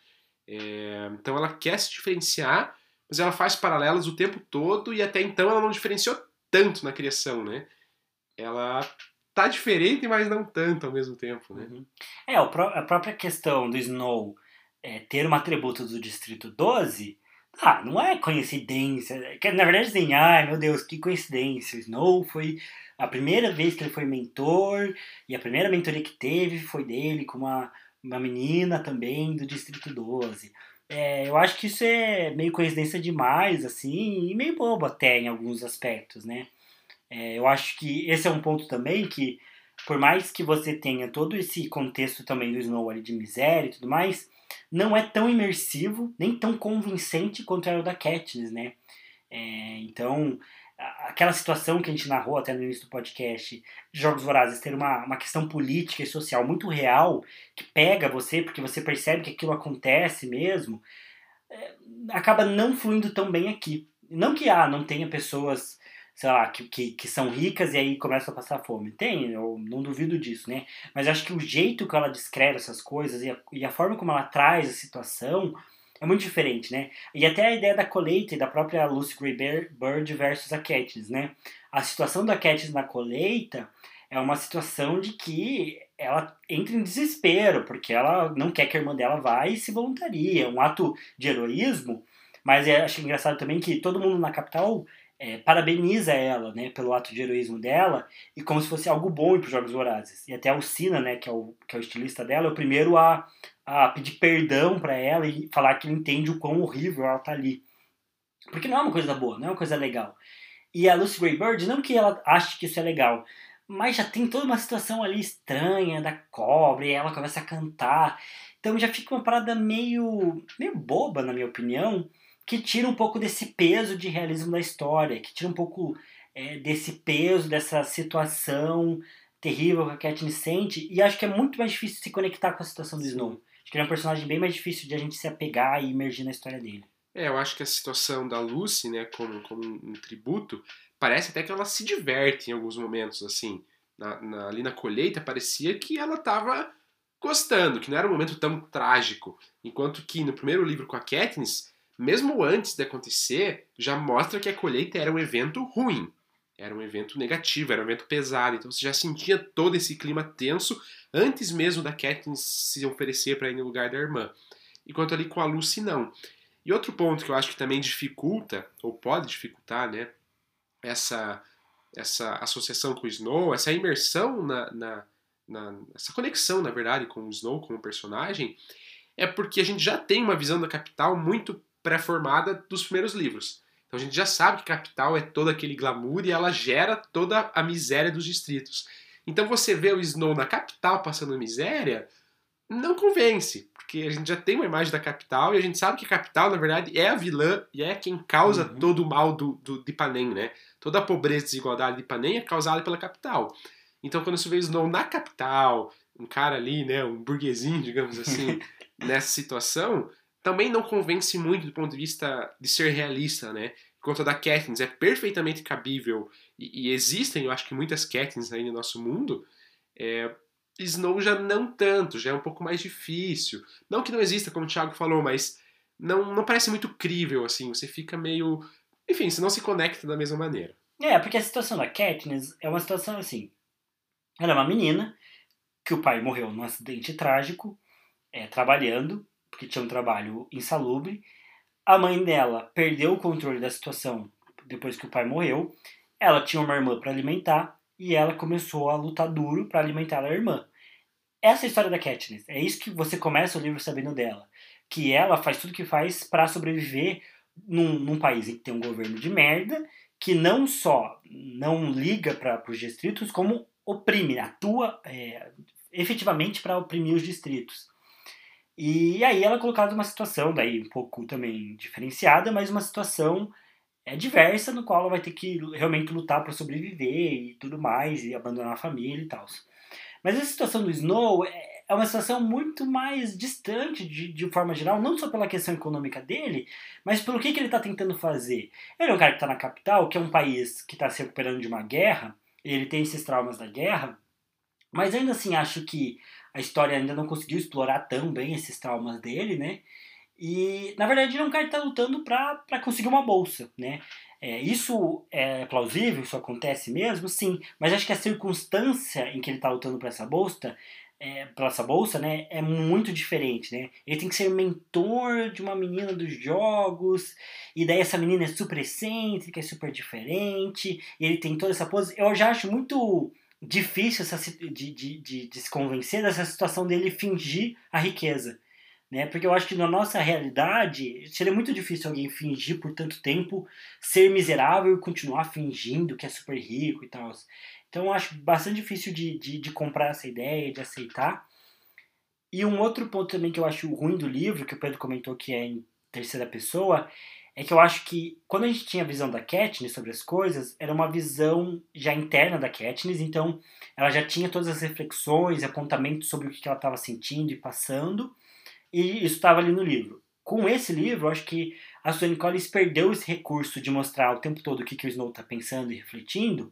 Então ela quer se diferenciar, mas ela faz paralelos o tempo todo e até então ela não diferenciou tanto na criação, né? Ela tá diferente, mas não tanto ao mesmo tempo, né? Uhum. A própria questão do Snow ter um atributo do Distrito 12, não é coincidência. Que, na verdade, assim, ai meu Deus, que coincidência. O Snow foi a primeira vez que ele foi mentor, e a primeira mentoria que teve foi dele com uma menina também do Distrito 12. Eu acho que isso é meio coincidência demais, assim, e meio bobo até em alguns aspectos, né? Eu acho que esse é um ponto também que, por mais que você tenha todo esse contexto também do Snow ali de miséria e tudo mais, não é tão imersivo, nem tão convincente quanto era o da Katniss, né? Então, aquela situação que a gente narrou até no início do podcast, de Jogos Vorazes ter uma questão política e social muito real, que pega você, porque você percebe que aquilo acontece mesmo, acaba não fluindo tão bem aqui. Não que não tenha pessoas, sei lá, que são ricas e aí começam a passar fome. Tem, eu não duvido disso, né? Mas acho que o jeito que ela descreve essas coisas e a forma como ela traz a situação é muito diferente, né? E até a ideia da colheita e da própria Lucy Greybird versus a Katniss, né? A situação da Katniss na colheita é uma situação de que ela entra em desespero, porque ela não quer que a irmã dela vá e se voluntaria. É um ato de heroísmo, mas acho engraçado também que todo mundo na capital parabeniza ela, né, pelo ato de heroísmo dela, e como se fosse algo bom para os Jogos Vorazes. E até o Sina, né, que é o estilista dela, é o primeiro a pedir perdão para ela e falar que ele entende o quão horrível ela tá ali. Porque não é uma coisa boa, não é uma coisa legal. E a Lucy Greybird, não que ela ache que isso é legal, mas já tem toda uma situação ali estranha da cobra, e ela começa a cantar. Então já fica uma parada meio boba, na minha opinião, que tira um pouco desse peso de realismo da história, que tira um pouco desse peso, dessa situação terrível que a Katniss sente, e acho que é muito mais difícil se conectar com a situação do Snow. Acho que ele é um personagem bem mais difícil de a gente se apegar e imergir na história dele. Eu acho que a situação da Lucy, né, como um tributo, parece até que ela se diverte em alguns momentos, assim. Ali na colheita, parecia que ela estava gostando, que não era um momento tão trágico. Enquanto que no primeiro livro com a Katniss, mesmo antes de acontecer, já mostra que a colheita era um evento ruim. Era um evento negativo, era um evento pesado. Então você já sentia todo esse clima tenso antes mesmo da Katniss se oferecer para ir no lugar da irmã. Enquanto ali com a Lucy, não. E outro ponto que eu acho que também dificulta, ou pode dificultar, né, essa, essa associação com o Snow, essa imersão essa conexão, na verdade, com o Snow como personagem, é porque a gente já tem uma visão da capital muito pré-formada dos primeiros livros. Então a gente já sabe que a capital é todo aquele glamour e ela gera toda a miséria dos distritos. Então você vê o Snow na capital passando miséria, não convence, porque a gente já tem uma imagem da capital e a gente sabe que a capital, na verdade, é a vilã e é quem causa todo o mal de Panem, né? Toda a pobreza e desigualdade de Panem é causada pela capital. Então, quando você vê o Snow na capital, um cara ali, né, um burguesinho, digamos assim, nessa situação, também não convence muito do ponto de vista de ser realista, né? Enquanto a da Katniss é perfeitamente cabível e existem, eu acho que muitas Katniss aí no nosso mundo, Snow já não tanto, já é um pouco mais difícil. Não que não exista, como o Thiago falou, mas não parece muito crível, assim. Você fica meio... Enfim, você não se conecta da mesma maneira. Porque a situação da Katniss é uma situação assim. Ela é uma menina que o pai morreu num acidente trágico, trabalhando, porque tinha um trabalho insalubre. A mãe dela perdeu o controle da situação depois que o pai morreu. Ela tinha uma irmã para alimentar e ela começou a lutar duro para alimentar a irmã. Essa é a história da Katniss. É isso que você começa o livro sabendo dela. Que ela faz tudo que faz para sobreviver num país em que tem um governo de merda, que não só não liga para os distritos, como oprime, atua efetivamente para oprimir os distritos. E aí ela é colocada numa situação, daí um pouco também diferenciada, mas uma situação diversa, no qual ela vai ter que realmente lutar para sobreviver e tudo mais, e abandonar a família e tal. Mas a situação do Snow é uma situação muito mais distante de forma geral, não só pela questão econômica dele, mas pelo que ele está tentando fazer. Ele é um cara que está na capital, que é um país que está se recuperando de uma guerra, ele tem esses traumas da guerra, mas ainda assim acho que a história ainda não conseguiu explorar tão bem esses traumas dele, né? E, na verdade, ele é um cara que está lutando para conseguir uma bolsa, né? Isso é plausível? Isso acontece mesmo? Sim. Mas acho que a circunstância em que ele está lutando por essa bolsa, né, é muito diferente, né? Ele tem que ser mentor de uma menina dos jogos, e daí essa menina é super excêntrica, é super diferente, e ele tem toda essa pose. Eu já acho muito difícil de se convencer dessa situação dele fingir a riqueza. Né? Porque eu acho que na nossa realidade seria muito difícil alguém fingir por tanto tempo ser miserável e continuar fingindo que é super rico e tal. Então eu acho bastante difícil de comprar essa ideia, de aceitar. E um outro ponto também que eu acho ruim do livro, que o Pedro comentou que é em terceira pessoa, é que eu acho que quando a gente tinha a visão da Katniss sobre as coisas, era uma visão já interna da Katniss, então ela já tinha todas as reflexões, apontamentos sobre o que ela estava sentindo e passando, e isso estava ali no livro. Com esse livro, eu acho que a Suzanne Collins perdeu esse recurso de mostrar o tempo todo o que o Snow está pensando e refletindo,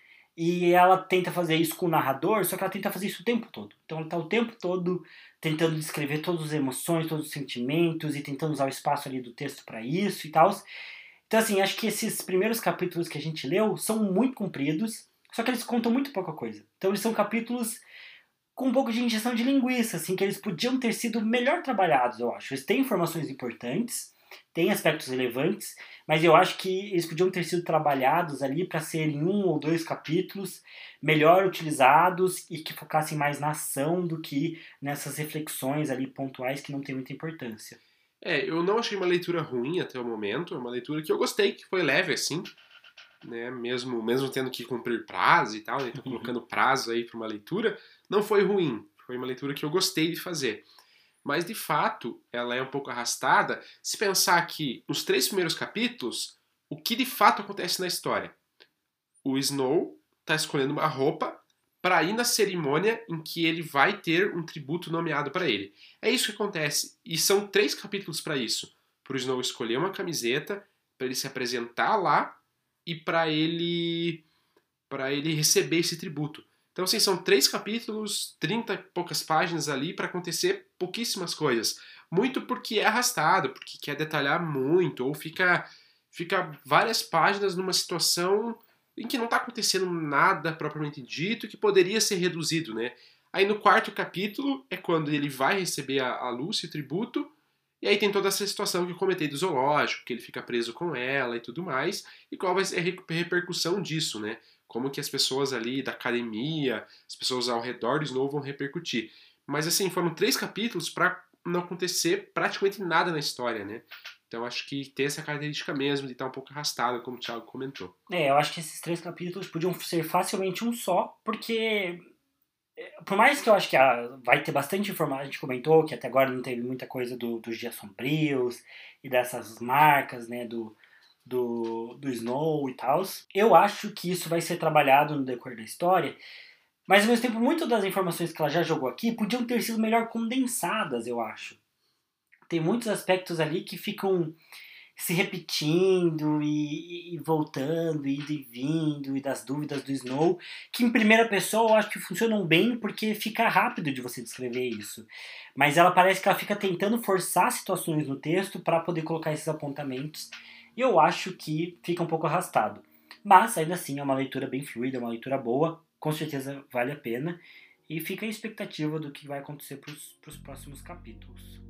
e ela tenta fazer isso com o narrador, só que ela tenta fazer isso o tempo todo. Então ela está o tempo todo tentando descrever todas as emoções, todos os sentimentos, e tentando usar o espaço ali do texto para isso e tal. Então assim, acho que esses primeiros capítulos que a gente leu são muito compridos, só que eles contam muito pouca coisa. Então eles são capítulos com um pouco de injeção de linguiça, assim, que eles podiam ter sido melhor trabalhados, eu acho. Eles têm informações importantes, têm aspectos relevantes, mas eu acho que eles podiam ter sido trabalhados ali para serem 1 ou 2 capítulos melhor utilizados e que focassem mais na ação do que nessas reflexões ali pontuais que não têm muita importância. Eu não achei uma leitura ruim até o momento, é uma leitura que eu gostei, que foi leve, assim, né, mesmo tendo que cumprir prazo e tal, né, tô colocando prazo aí para uma leitura, não foi ruim, foi uma leitura que eu gostei de fazer. Mas, de fato, ela é um pouco arrastada se pensar que, nos 3 primeiros capítulos, o que de fato acontece na história? O Snow está escolhendo uma roupa para ir na cerimônia em que ele vai ter um tributo nomeado para ele. É isso que acontece. E são 3 capítulos para isso. pro Snow escolher uma camiseta, para ele se apresentar lá e para ele receber esse tributo. Então, assim, são 3 capítulos, 30 e poucas páginas ali para acontecer pouquíssimas coisas. Muito porque é arrastado, porque quer detalhar muito, ou fica várias páginas numa situação em que não está acontecendo nada propriamente dito, que poderia ser reduzido, né? Aí no 4º capítulo é quando ele vai receber a Lucy, o tributo, e aí tem toda essa situação que eu comentei do zoológico, que ele fica preso com ela e tudo mais, e qual vai ser a repercussão disso, né? Como que as pessoas ali da academia, as pessoas ao redor do Snow vão repercutir. Mas assim, foram 3 capítulos para não acontecer praticamente nada na história, né? Então acho que tem essa característica mesmo de estar um pouco arrastado, como o Thiago comentou. Eu acho que esses 3 capítulos podiam ser facilmente um só, porque por mais que eu acho que vai ter bastante informação, a gente comentou que até agora não teve muita coisa dos dias sombrios e dessas marcas, né, do Snow e tal. Eu acho que isso vai ser trabalhado no decorrer da história, mas ao mesmo tempo, muitas das informações que ela já jogou aqui podiam ter sido melhor condensadas, eu acho. Tem muitos aspectos ali que ficam se repetindo e voltando, indo e vindo, e das dúvidas do Snow, que em primeira pessoa eu acho que funcionam bem porque fica rápido de você descrever isso. Mas ela parece que ela fica tentando forçar situações no texto para poder colocar esses apontamentos, e eu acho que fica um pouco arrastado. Mas ainda assim é uma leitura bem fluida, é uma leitura boa, com certeza vale a pena, e fica a expectativa do que vai acontecer para os próximos capítulos.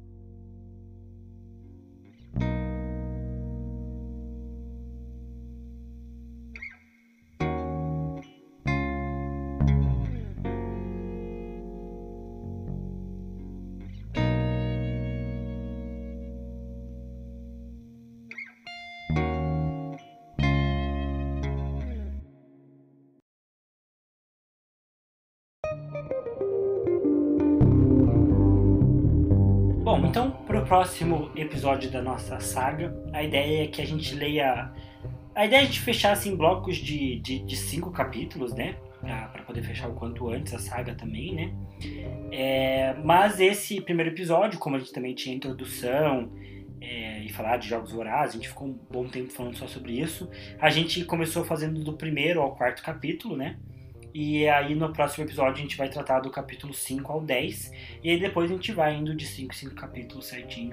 Bom, então, para o próximo episódio da nossa saga, a ideia é que a gente leia... A ideia é a gente fechar assim, blocos de 5 capítulos, né? Para poder fechar o quanto antes a saga também, né? Mas esse primeiro episódio, como a gente também tinha introdução e falar de Jogos Vorazes, a gente ficou um bom tempo falando só sobre isso. A gente começou fazendo do 1º ao 4º capítulo, né? E aí no próximo episódio a gente vai tratar do capítulo 5 ao 10. E aí depois a gente vai indo de 5 em 5 capítulos certinho,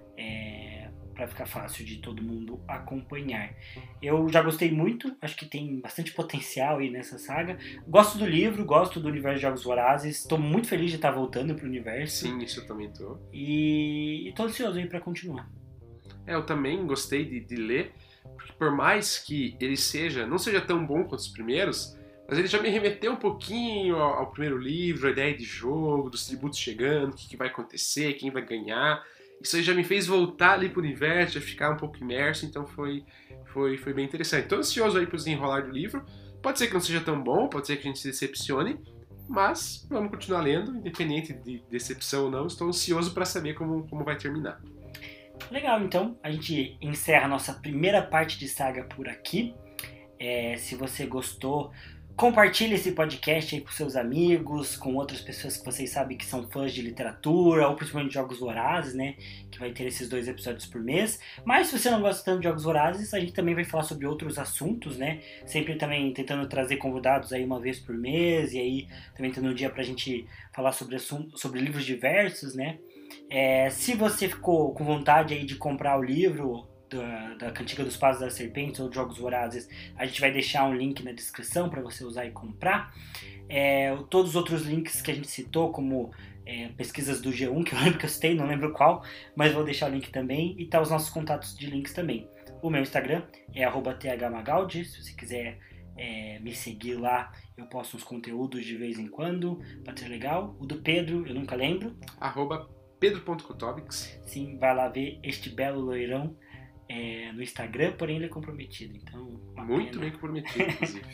para ficar fácil de todo mundo acompanhar. Eu já gostei muito, acho que tem bastante potencial aí nessa saga. Gosto do livro, gosto do universo de Jogos Vorazes. Estou muito feliz de estar voltando pro universo. Sim, isso eu também tô. E tô ansioso aí para continuar. Eu também gostei de ler, porque por mais que ele não seja tão bom quanto os primeiros, mas ele já me remeteu um pouquinho ao primeiro livro, a ideia de jogo, dos tributos chegando, o que vai acontecer, quem vai ganhar. Isso aí já me fez voltar ali pro universo, já ficar um pouco imerso, então foi bem interessante. Tô ansioso aí pro desenrolar do livro. Pode ser que não seja tão bom, pode ser que a gente se decepcione, mas vamos continuar lendo, independente de decepção ou não. Estou ansioso para saber como vai terminar. Legal, então a gente encerra a nossa primeira parte de saga por aqui. Se você gostou, compartilhe esse podcast aí com seus amigos, com outras pessoas que vocês sabem que são fãs de literatura, ou principalmente de Jogos Vorazes, né? Que vai ter esses 2 episódios por mês. Mas se você não gosta tanto de Jogos Vorazes, a gente também vai falar sobre outros assuntos, né? Sempre também tentando trazer convidados aí uma vez por mês, e aí também tendo um dia pra gente falar sobre livros diversos, né? Se você ficou com vontade aí de comprar o livro da Cantiga dos Passos das Serpentes ou de Jogos Vorazes, a gente vai deixar um link na descrição para você usar e comprar. Todos os outros links que a gente citou, como pesquisas do G1, que eu lembro que eu citei, não lembro qual, mas vou deixar o link também, e tá os nossos contatos de links também. O meu Instagram é @thmagaldi, se você quiser me seguir lá, eu posto uns conteúdos de vez em quando, pode ser legal. O do Pedro, eu nunca lembro. @pedro.kotovics. Sim, vai lá ver este belo loirão no Instagram, porém ele é comprometido, então... Muito bem comprometido, inclusive.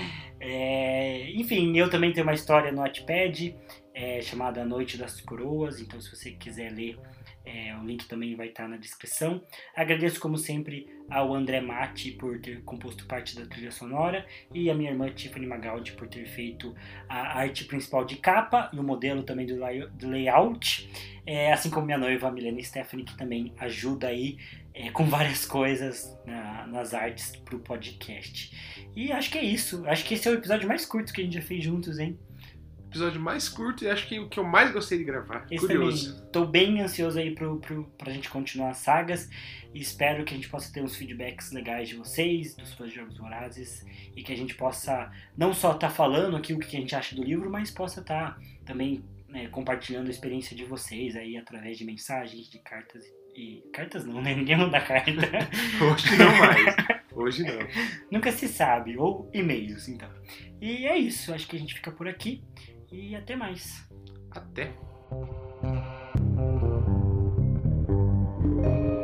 Enfim, eu também tenho uma história no Wattpad chamada A Noite das Coroas, então se você quiser ler, O link também vai estar na descrição. Agradeço, como sempre, ao André Matti por ter composto parte da trilha sonora e a minha irmã Tiffany Magaldi por ter feito a arte principal de capa e o modelo também do layout, assim como minha noiva Milena Stephanie, que também ajuda aí com várias coisas nas artes pro podcast. E acho que é isso. Acho que esse é o episódio mais curto que a gente já fez juntos, hein? Episódio mais curto e acho que o que eu mais gostei de gravar. Esse Curioso. também. Tô bem ansioso aí pra gente continuar as sagas e espero que a gente possa ter uns feedbacks legais de vocês, dos fãs de Jogos Vorazes, e que a gente possa não só estar falando aqui o que a gente acha do livro, mas possa estar também compartilhando a experiência de vocês aí através de mensagens, de cartas e... Cartas não, né? Ninguém manda carta. Hoje não mais. Hoje não. Nunca se sabe. Ou e-mails, então. E é isso. Acho que a gente fica por aqui. E até mais. Até.